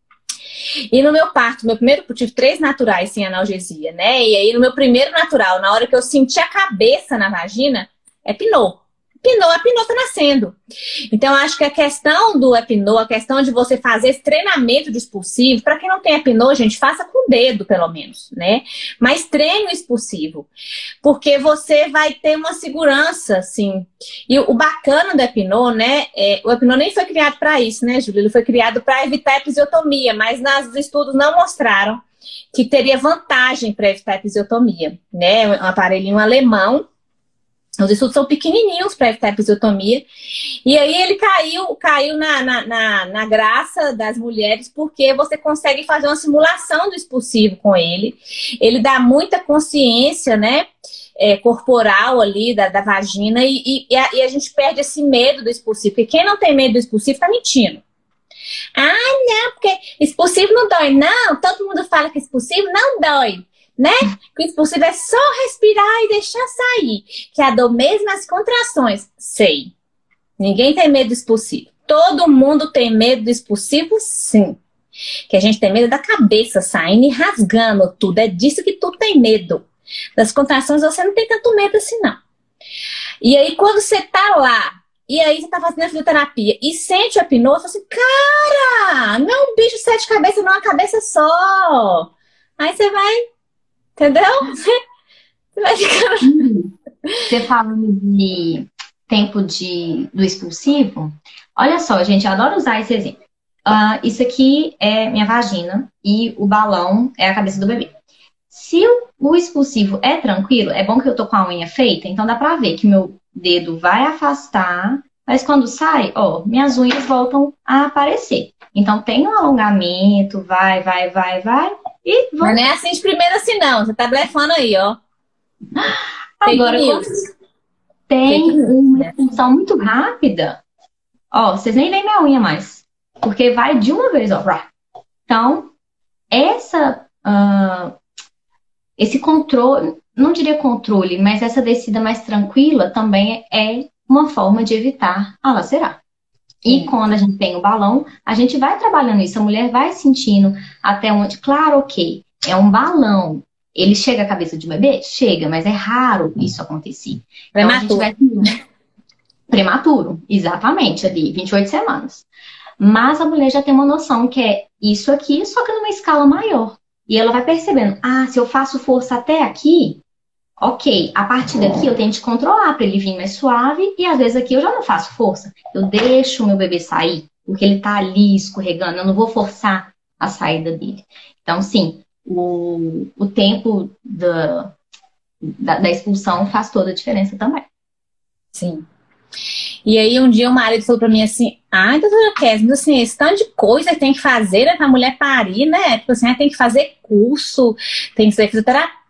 E no meu parto, meu primeiro, eu tive três naturais sem analgesia, né? E aí no meu primeiro natural, na hora que eu senti a cabeça na vagina, é pinô. Pinô, a pinô tá nascendo. Então, eu acho que a questão do epinô, a questão de você fazer esse treinamento de expulsivo, para quem não tem epinô, gente, faça com o dedo, pelo menos, né? Mas treine o expulsivo, porque você vai ter uma segurança, assim. E o bacana do epinô, né? É, o epinô nem foi criado para isso, né, Júlia? Ele foi criado para evitar a episiotomia, mas nos estudos não mostraram que teria vantagem para evitar a episiotomia, né? Um aparelhinho alemão. Os estudos são pequenininhos para evitar a episiotomia. E aí ele caiu, caiu na, na, na, na graça das mulheres, porque você consegue fazer uma simulação do expulsivo com ele. Ele dá muita consciência, né, é, corporal ali da, da vagina e, e, a, e a gente perde esse medo do expulsivo. Porque quem não tem medo do expulsivo está mentindo. Ah, não, porque expulsivo não dói. Não, todo mundo fala que expulsivo não dói. Né? Que o expulsivo é só respirar e deixar sair. Que a dor mesmo nas contrações. Sei. Ninguém tem medo do expulsivo. Todo mundo tem medo do expulsivo, sim. Que a gente tem medo da cabeça saindo e rasgando tudo. É disso que tu tem medo. Das contrações você não tem tanto medo assim, não. E aí, quando você tá lá, e aí você tá fazendo a fisioterapia e sente o epinô, você fala assim, cara, não é um bicho de sete cabeças, não é uma cabeça só. Aí você vai... Entendeu? Você vai ficar... Você falando de tempo de, do expulsivo, olha só, gente, eu adoro usar esse exemplo. Uh, isso aqui é minha vagina e o balão é a cabeça do bebê. Se o, o expulsivo é tranquilo, é bom que eu tô com a unha feita, então dá pra ver que meu dedo vai afastar, mas quando sai, ó, minhas unhas voltam a aparecer. Então tem um alongamento, vai, vai, vai, vai. E vamos... Mas não é assim de primeira assim, não. Você tá blefando aí, ó. Agora, quando tem uma função muito rápida, ó, vocês nem veem minha unha mais. Porque vai de uma vez, ó. Então, essa, uh, esse controle, não diria controle, mas essa descida mais tranquila também é uma forma de evitar a lacerar. E quando a gente tem o balão, a gente vai trabalhando isso. A mulher vai sentindo até onde... Claro, ok, é um balão. Ele chega à cabeça de bebê? Chega, mas é raro isso acontecer. Então, prematuro. A gente vai... Prematuro, exatamente, ali, vinte e oito semanas. Mas a mulher já tem uma noção que é isso aqui, só que numa escala maior. E ela vai percebendo, ah, se eu faço força até aqui... Ok, a partir daqui eu tenho que controlar para ele vir mais suave e às vezes aqui eu já não faço força. Eu deixo o meu bebê sair, porque ele tá ali escorregando, eu não vou forçar a saída dele. Então, sim, o, o tempo da, da, da expulsão faz toda a diferença também. Sim. E aí um dia o marido falou para mim assim, ai, doutora Kézia, assim, esse tanto de coisa que tem que fazer, né, pra mulher parir, né? Tipo assim, tem que fazer curso, tem que fazer fisioterapia,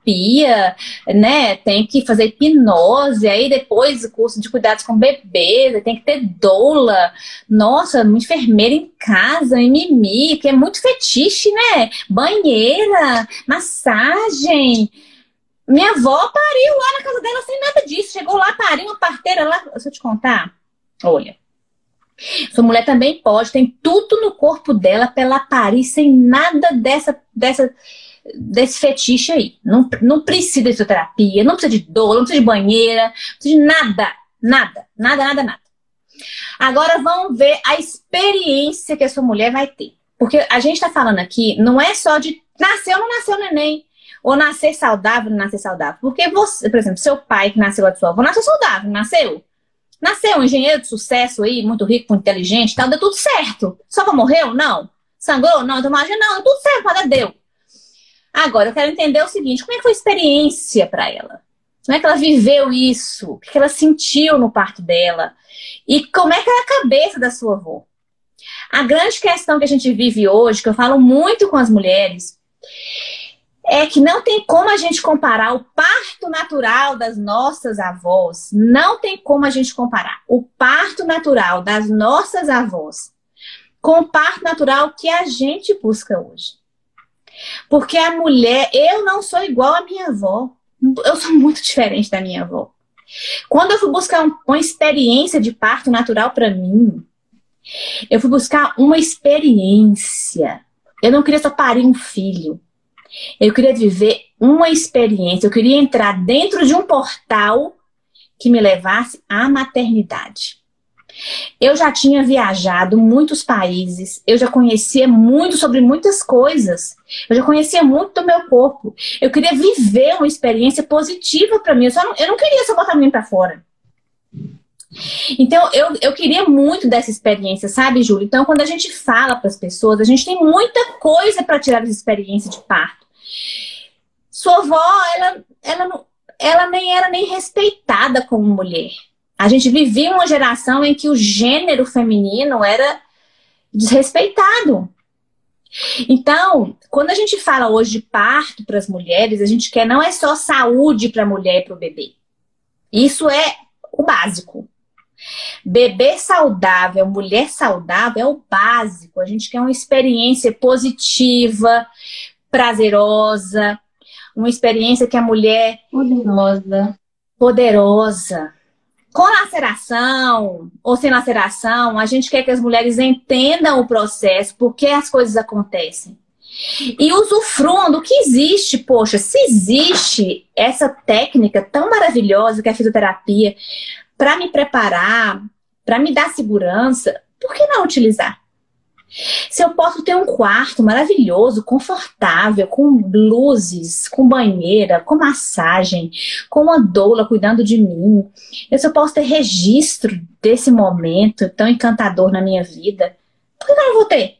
né, tem que fazer hipnose, aí depois o curso de cuidados com bebês, tem que ter doula, nossa, uma enfermeira em casa, mimimi, que é muito fetiche, né, banheira, massagem. Minha avó pariu lá na casa dela sem nada disso, chegou lá, pariu uma parteira lá, deixa eu te contar, olha, sua mulher também pode, tem tudo no corpo dela pra ela parir sem nada dessa, dessa desse fetiche aí. Não, não precisa de fisioterapia, não precisa de dor, não precisa de banheira, não precisa de nada, nada, nada, nada, nada. Agora vamos ver a experiência que a sua mulher vai ter. Porque a gente tá falando aqui, não é só de nasceu ou não nasceu neném, ou nascer saudável ou não nascer saudável. Porque você, por exemplo, seu pai que nasceu lá de sua avó, nasceu saudável, nasceu. Nasceu um engenheiro de sucesso aí, muito rico, muito inteligente, tal, deu tudo certo. Só que morreu? Não. Sangrou? Não. Então imagina, não, deu tudo certo, mas deu. Agora, eu quero entender o seguinte, como é que foi a experiência para ela? Como é que ela viveu isso? O que ela sentiu no parto dela? E como é que era a cabeça da sua avó? A grande questão que a gente vive hoje, que eu falo muito com as mulheres, é que não tem como a gente comparar o parto natural das nossas avós. Não tem como a gente comparar o parto natural das nossas avós com o parto natural que a gente busca hoje. Porque a mulher, eu não sou igual à minha avó. Eu sou muito diferente da minha avó. Quando eu fui buscar um, uma experiência de parto natural para mim, eu fui buscar uma experiência. Eu não queria só parir um filho. Eu queria viver uma experiência. Eu queria entrar dentro de um portal que me levasse à maternidade. Eu já tinha viajado muitos países. Eu já conhecia muito sobre muitas coisas. Eu já conhecia muito do meu corpo. Eu queria viver uma experiência positiva para mim. Eu, só não, eu não queria só botar mim para fora. Então, eu, eu queria muito dessa experiência, sabe, Júlia? Então, quando a gente fala para as pessoas, a gente tem muita coisa para tirar dessa experiência de parto. Sua avó, ela, ela, não, ela nem era nem respeitada como mulher. A gente vivia uma geração em que o gênero feminino era desrespeitado. Então, quando a gente fala hoje de parto para as mulheres, a gente quer não é só saúde para a mulher e para o bebê. Isso é o básico. Bebê saudável, mulher saudável é o básico. A gente quer uma experiência positiva, prazerosa, uma experiência que a mulher Poderosa. poderosa. Com laceração ou sem laceração, a gente quer que as mulheres entendam o processo, por que as coisas acontecem. E usufruam do que existe. Poxa, se existe essa técnica tão maravilhosa que é a fisioterapia, para me preparar, para me dar segurança, por que não utilizar? Se eu posso ter um quarto maravilhoso, confortável, com luzes, com banheira, com massagem, com uma doula cuidando de mim, se eu posso ter registro desse momento tão encantador na minha vida, por que eu não vou ter?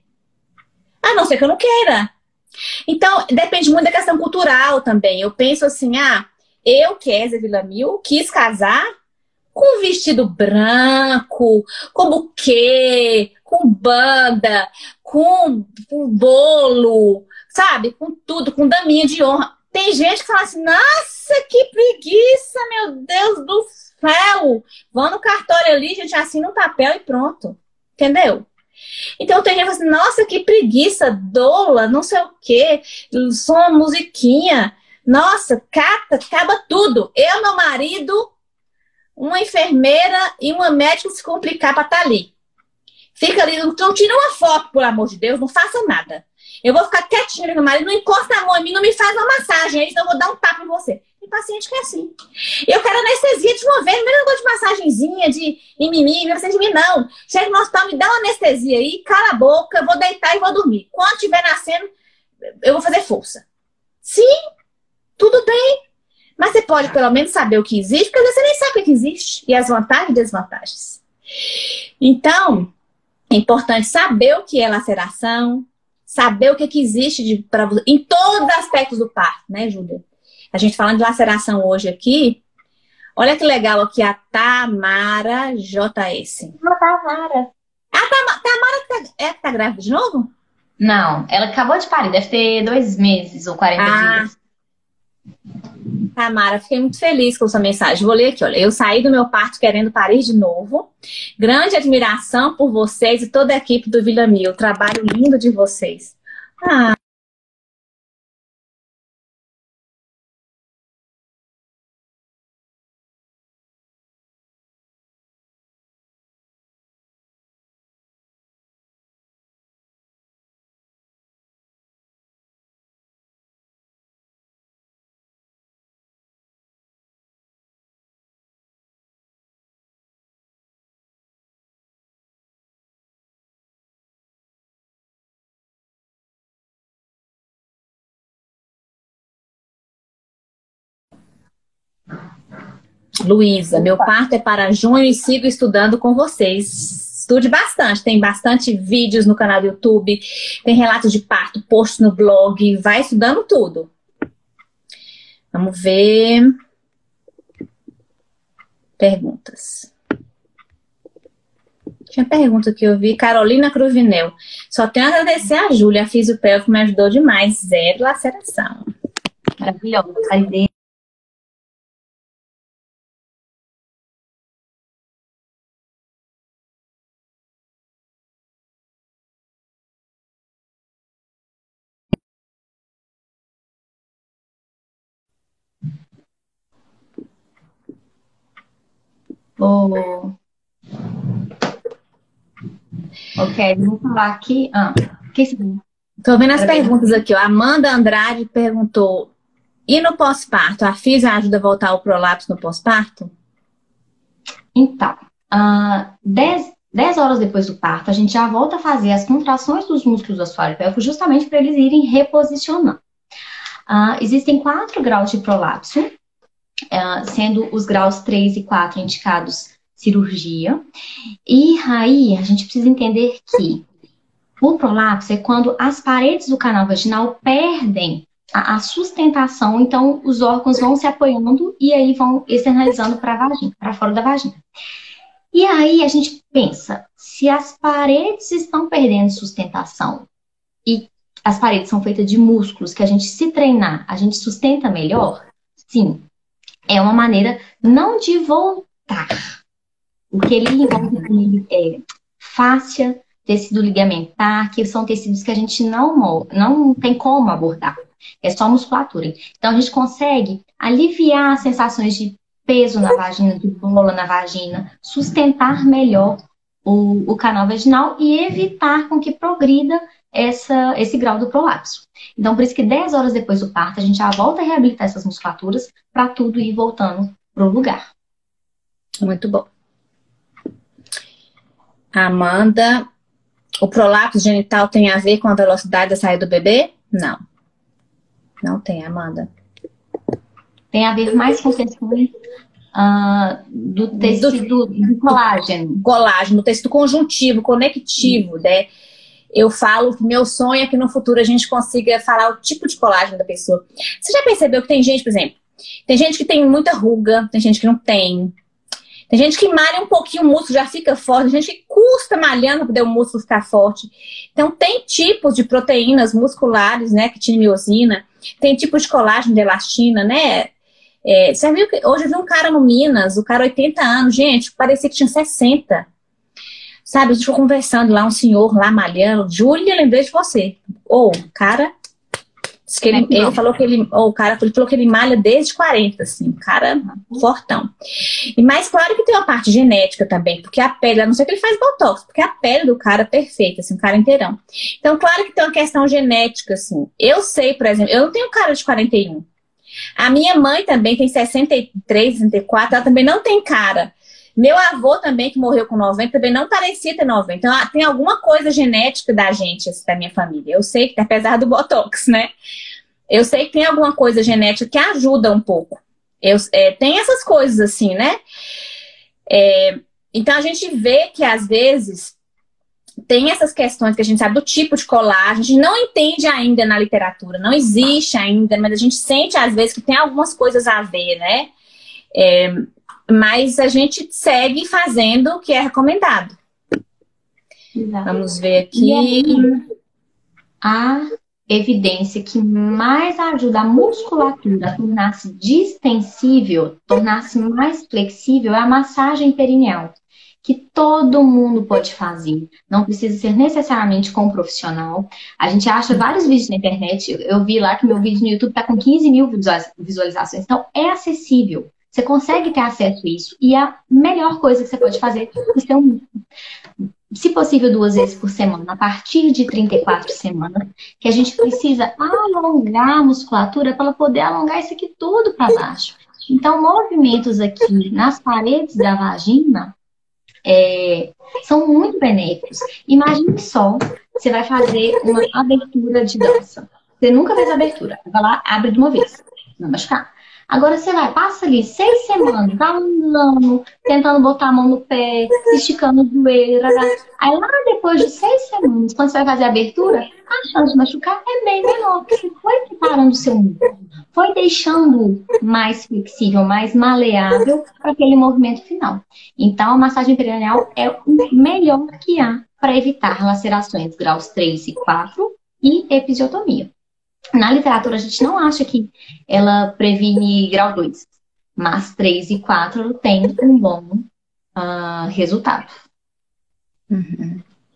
A não ser que eu não queira. Então, depende muito da questão cultural também. Eu penso assim, ah, eu, Kézia Villamil, quis casar com um vestido branco, com buquê, com banda, com, com bolo, sabe? Com tudo, com daminha de honra. Tem gente que fala assim, nossa, que preguiça, meu Deus do céu. Vão no cartório ali, a gente assina um papel e pronto. Entendeu? Então tem gente que fala assim, nossa, que preguiça, doula, não sei o quê, só uma musiquinha. Nossa, cata, acaba tudo. Eu, meu marido, uma enfermeira e uma médica se complicar para estar ali. Fica ali, não tira uma foto, pelo amor de Deus, não faça nada. Eu vou ficar quietinha ali no marido, não encosta a mão em mim, não me faz uma massagem, aí eu vou dar um tapa em você. Tem paciente que é assim. Eu quero anestesia de uma vez, não negócio de massagenzinha, de mimimi, não precisa de mim, não. Chega no hospital, me dá uma anestesia aí, cala a boca, eu vou deitar e vou dormir. Quando estiver nascendo, eu vou fazer força. Sim, tudo bem. Mas você pode pelo menos saber o que existe, porque às vezes você nem sabe o que existe. E as vantagens e desvantagens. Então, é importante saber o que é laceração, saber o que, que existe de, pra, em todos os aspectos do parto, né, Júlia? A gente falando de laceração hoje aqui. Olha que legal aqui a Tamara J S. Uma Tamara. A Tam Tamara tá, é, tá grávida de novo? Não, ela acabou de parir, deve ter dois meses ou quarenta ah. dias. Tamara, fiquei muito feliz com sua mensagem. Vou ler aqui, olha. Eu saí do meu parto querendo parir de novo. Grande admiração por vocês e toda a equipe do Villamil. Trabalho lindo de vocês. Ah. Luísa, meu parto é para junho e sigo estudando com vocês. Estude bastante, tem bastante vídeos no canal do YouTube, tem relatos de parto, posts no blog, vai estudando tudo. Vamos ver. perguntas. Tinha pergunta que eu vi. Carolina Cruvinel. Só tenho a agradecer a Júlia, a fisiopélvica, me ajudou demais. Zero laceração. Maravilhosa. A ideia. Oh. Ok, vou falar aqui. Ah, que Tô vendo as perguntas aqui, ó. Amanda Andrade perguntou: e no pós-parto? A físio ajuda a voltar ao prolapso no pós-parto? Então, uh, dez horas depois do parto, a gente já volta a fazer as contrações dos músculos do assoalho pélvico justamente para eles irem reposicionando. Uh, existem quatro graus de prolapso, uh, sendo os graus três e quatro indicados cirurgia. E aí, a gente precisa entender que o prolapso é quando as paredes do canal vaginal perdem a, a sustentação, então os órgãos vão se apoiando e aí vão externalizando para a vagina, para fora da vagina. E aí a gente pensa, se as paredes estão perdendo sustentação e as paredes são feitas de músculos que a gente, se treinar, a gente sustenta melhor, sim, é uma maneira não de voltar. O que ele envolve é fáscia, tecido ligamentar, que são tecidos que a gente não, não tem como abordar. É só musculatura. Então, a gente consegue aliviar as sensações de peso na vagina, de bola na vagina, sustentar melhor o, o canal vaginal e evitar com que progrida essa, esse grau do prolapso. Então, por isso que dez horas depois do parto, a gente já volta a reabilitar essas musculaturas para tudo ir voltando para o lugar. Muito bom. Amanda, o prolapso genital tem a ver com a velocidade da saída do bebê? Não. Não tem, Amanda. Tem a ver mais com questões uh, do tecido do, do colágeno. Colágeno, do tecido conjuntivo, conectivo, né? Eu falo que meu sonho é que no futuro a gente consiga falar o tipo de colágeno da pessoa. Você já percebeu que tem gente, por exemplo, tem gente que tem muita ruga, tem gente que não tem. Tem gente que malha um pouquinho, o músculo já fica forte. Tem gente que custa malhando para poder o músculo ficar forte. Então, tem tipos de proteínas musculares, né? Quitina e miosina. Tem tipos de colágeno, de elastina, né? É, você viu que hoje eu vi um cara no Minas, o cara oitenta anos. Gente, parecia que tinha sessenta. Sabe, a gente ficou conversando lá, um senhor lá malhando. Júlia, lembrei de você. Ou, oh, cara... Que ele, ele falou que ele, oh, o cara ele falou que ele malha desde quarenta, assim, um cara fortão. E mais claro que tem uma parte genética também, porque a pele, a não ser que ele faz botox, porque a pele do cara é perfeita, assim, um cara inteirão. Então, claro que tem uma questão genética, assim. Eu sei, por exemplo, eu não tenho cara de quarenta e um. A minha mãe também tem sessenta e três, sessenta e quatro, ela também não tem cara. Meu avô também, que morreu com noventa, também não parecia ter noventa. Então, tem alguma coisa genética da gente, assim, da minha família. Eu sei que, apesar do botox, né? Eu sei que tem alguma coisa genética que ajuda um pouco. Eu, é, tem essas coisas assim, né? É, então, a gente vê que, às vezes, tem essas questões que a gente sabe do tipo de colágeno. A gente não entende ainda na literatura. Não existe ainda, mas a gente sente, às vezes, que tem algumas coisas a ver, né? É, mas a gente segue fazendo o que é recomendado. Exato. Vamos ver aqui. E aí, a evidência que mais ajuda a musculatura a tornar-se distensível, tornar-se mais flexível, é a massagem perineal, que todo mundo pode fazer. Não precisa ser necessariamente com um profissional. A gente acha vários vídeos na internet. Eu vi lá que meu vídeo no YouTube está com quinze mil visualizações. Então, é acessível. Você consegue ter acesso a isso. E a melhor coisa que você pode fazer é ter um, se possível, duas vezes por semana, a partir de trinta e quatro semanas, que a gente precisa alongar a musculatura para ela poder alongar isso aqui tudo para baixo. Então, movimentos aqui nas paredes da vagina é, são muito benéficos. Imagine só, você vai fazer uma abertura de dança. Você nunca fez abertura. Vai lá, abre de uma vez. Não vai machucar. Agora você vai, passa ali seis semanas, alongando, tentando botar a mão no pé, esticando o joelho. Aí lá depois de seis semanas, quando você vai fazer a abertura, a chance de machucar é bem menor, porque você foi preparando o seu músculo. foi deixando mais flexível, mais maleável para aquele movimento final. Então, a massagem perineal é o melhor que há para evitar lacerações graus três e quatro e episiotomia. Na literatura, a gente não acha que ela previne grau dois, mas três e quatro tem um bom uh, resultado. Uhum.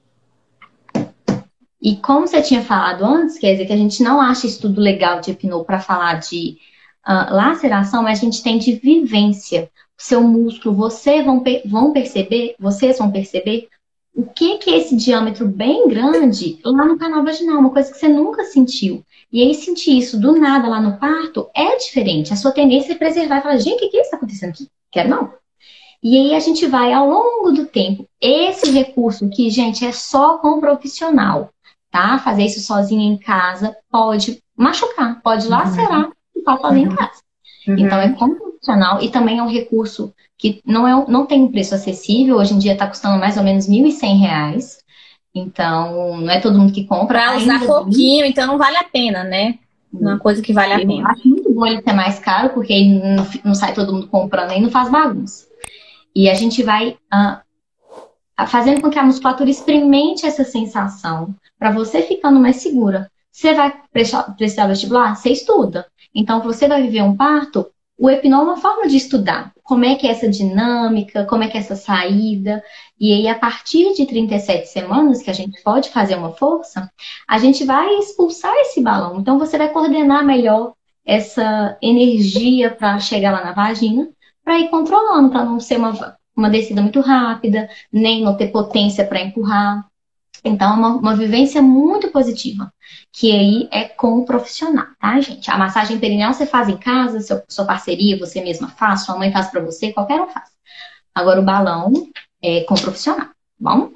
E como você tinha falado antes, quer dizer que a gente não acha estudo legal de hipnô para falar de uh, laceração, mas a gente tem de vivência. O seu músculo, vocês vão, vão perceber, vocês vão perceber o que, que é esse diâmetro bem grande lá no canal vaginal, uma coisa que você nunca sentiu. E aí sentir isso do nada lá no parto é diferente. A sua tendência é preservar e falar, gente, o que, que está acontecendo aqui? Quero não. E aí a gente vai ao longo do tempo. Esse recurso aqui, gente, é só com profissional. Tá? Fazer isso sozinho em casa pode machucar, pode lacerar e tá sozinho em casa. Uhum. Então é como profissional e também é um recurso que não, é, não tem um preço acessível. Hoje em dia está custando mais ou menos mil e cem reais. Então não é todo mundo que compra. Para usar pouquinho, então não vale a pena, né? Não é uma coisa que vale a Eu pena. acho muito bom ele ser mais caro, porque aí não, não sai todo mundo comprando e não faz bagunça. E a gente vai uh, fazendo com que a musculatura experimente essa sensação. Para você ficando mais segura. Você vai prestar vestibular? Você estuda. Então, você vai viver um parto, o hipnô é uma forma de estudar. Como é que é essa dinâmica, como é que é essa saída. E aí, a partir de trinta e sete semanas, que a gente pode fazer uma força, a gente vai expulsar esse balão. Então, você vai coordenar melhor essa energia para chegar lá na vagina, para ir controlando, para não ser uma, uma descida muito rápida, nem não ter potência para empurrar. Então, é uma, uma vivência muito positiva, que aí é com o profissional, tá, gente? A massagem perineal você faz em casa, seu, sua parceria, você mesma faz, sua mãe faz pra você, qualquer um faz. Agora, o balão é com o profissional, tá bom?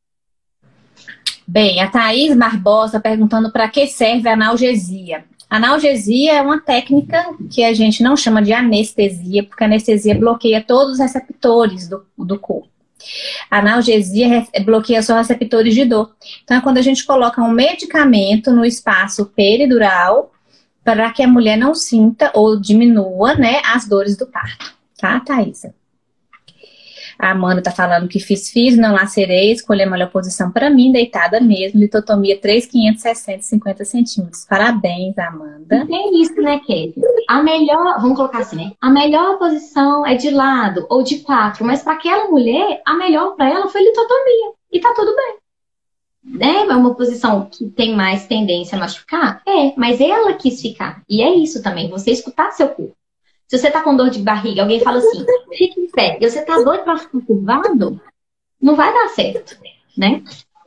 Bem, a Thaís Barbosa perguntando para que serve a analgesia. Analgesia é uma técnica que a gente não chama de anestesia, porque a anestesia bloqueia todos os receptores do, do corpo. A analgesia bloqueia só os receptores de dor. Então, é quando a gente coloca um medicamento no espaço peridural para que a mulher não sinta ou diminua, né, as dores do parto. Tá, Thaisa? A Amanda tá falando que fiz fiz, não lacerei, escolhi a melhor posição para mim, deitada mesmo, litotomia três mil quinhentos e sessenta, cinquenta centímetros. Parabéns, Amanda. É isso, né, Kate? A melhor, vamos colocar assim, né? A melhor posição é de lado ou de quatro, mas para aquela mulher, a melhor para ela foi litotomia. E tá tudo bem. É uma posição que tem mais tendência a machucar? É, mas ela quis ficar. E é isso também, você escutar seu corpo. Se você tá com dor de barriga, alguém fala assim, fique em pé, e você tá doido pra ficar curvado, não vai dar certo, né?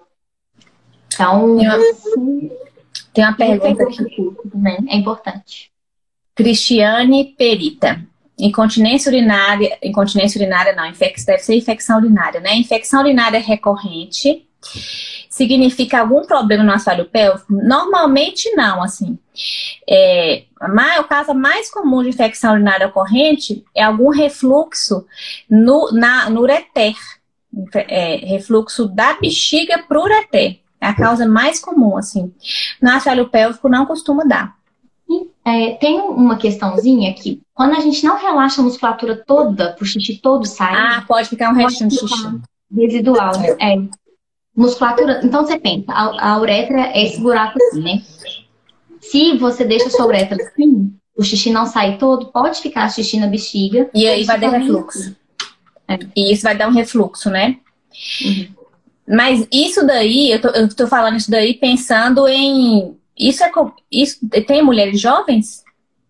Então, tem uma, tem uma pergunta aqui. Também é importante. Cristiane Perita. Incontinência urinária, incontinência urinária não, infec, deve ser infecção urinária, né? Infecção urinária recorrente significa algum problema no assoalho pélvico? Normalmente não, assim. É, o caso mais comum de infecção urinária ocorrente é algum refluxo no, na, no ureter. É, refluxo da bexiga para o ureter. É a causa mais comum, assim. No assoalho pélvico não costuma dar. É, tem uma questãozinha que quando a gente não relaxa a musculatura toda, o xixi todo sai. Ah, pode ficar um restinho de xixi. Residual, é. Musculatura, então você pensa, a, a uretra é esse buraco assim, né? Se você deixa a sua uretra assim, o xixi não sai todo, pode ficar xixi na bexiga. E aí vai dar refluxo. É. E isso vai dar um refluxo, né? Uhum. Mas isso daí, eu tô, eu tô falando isso daí pensando em... Isso é... Isso, tem mulheres jovens?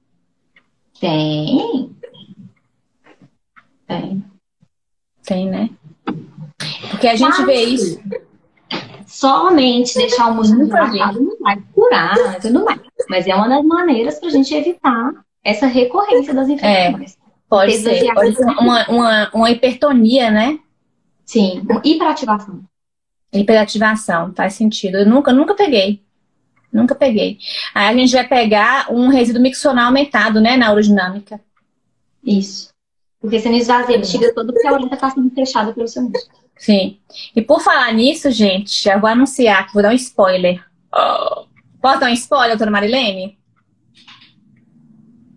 Tem. Tem. Tem, né? Porque a gente Mas... vê isso... Somente deixar o músculo dilatado não vai curar e tudo mais. Mas é uma das maneiras pra gente evitar essa recorrência das infecções. É, pode ser. Pode ser uma, uma, uma hipertonia, né? Sim, uma hiperativação. Hiperativação, faz sentido. Eu nunca, nunca peguei. Nunca peguei. Aí a gente vai pegar um resíduo miccional aumentado, né? Na urodinâmica. Isso. Porque você não esvazia a bexiga toda porque a uretra está sendo fechada pelo seu músculo. Sim. E por falar nisso, gente, já vou anunciar que vou dar um spoiler. Oh. Posso dar um spoiler, doutora Marilene?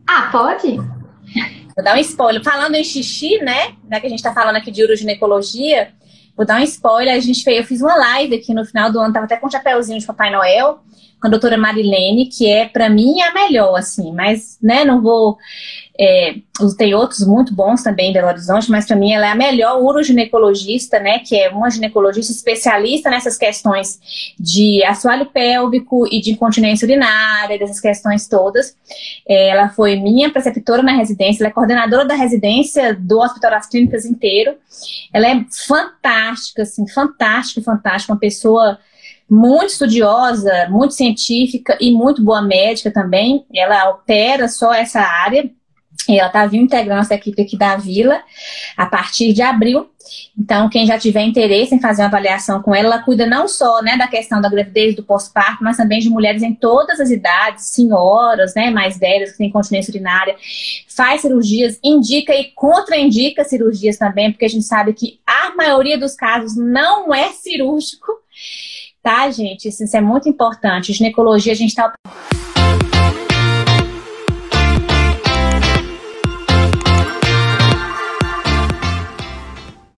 Ah, pode? Vou dar um spoiler. Falando em xixi, né? Já que a gente tá falando aqui de uroginecologia, vou dar um spoiler. A gente fez, eu fiz uma live aqui no final do ano, tava até com um chapéuzinho de Papai Noel, com a doutora Marilene, que é, pra mim, a melhor, assim. Mas, né, não vou... É, tem outros muito bons também em Belo Horizonte, mas para mim ela é a melhor uroginecologista, né, que é uma ginecologista especialista nessas questões de assoalho pélvico e de incontinência urinária, dessas questões todas. É, ela foi minha preceptora na residência, ela é coordenadora da residência do Hospital das Clínicas inteiro. Ela é fantástica, assim, fantástica, fantástica, uma pessoa muito estudiosa, muito científica e muito boa médica também. Ela opera só essa área. E ela está vindo integrando essa equipe aqui da Vila a partir de abril. Então, quem já tiver interesse em fazer uma avaliação com ela, ela cuida não só, né, da questão da gravidez, do pós-parto, mas também de mulheres em todas as idades, senhoras, né, mais velhas, que têm incontinência urinária, faz cirurgias, indica e contraindica cirurgias também, porque a gente sabe que a maioria dos casos não é cirúrgico, tá, gente? Isso, isso é muito importante. Ginecologia, a gente está...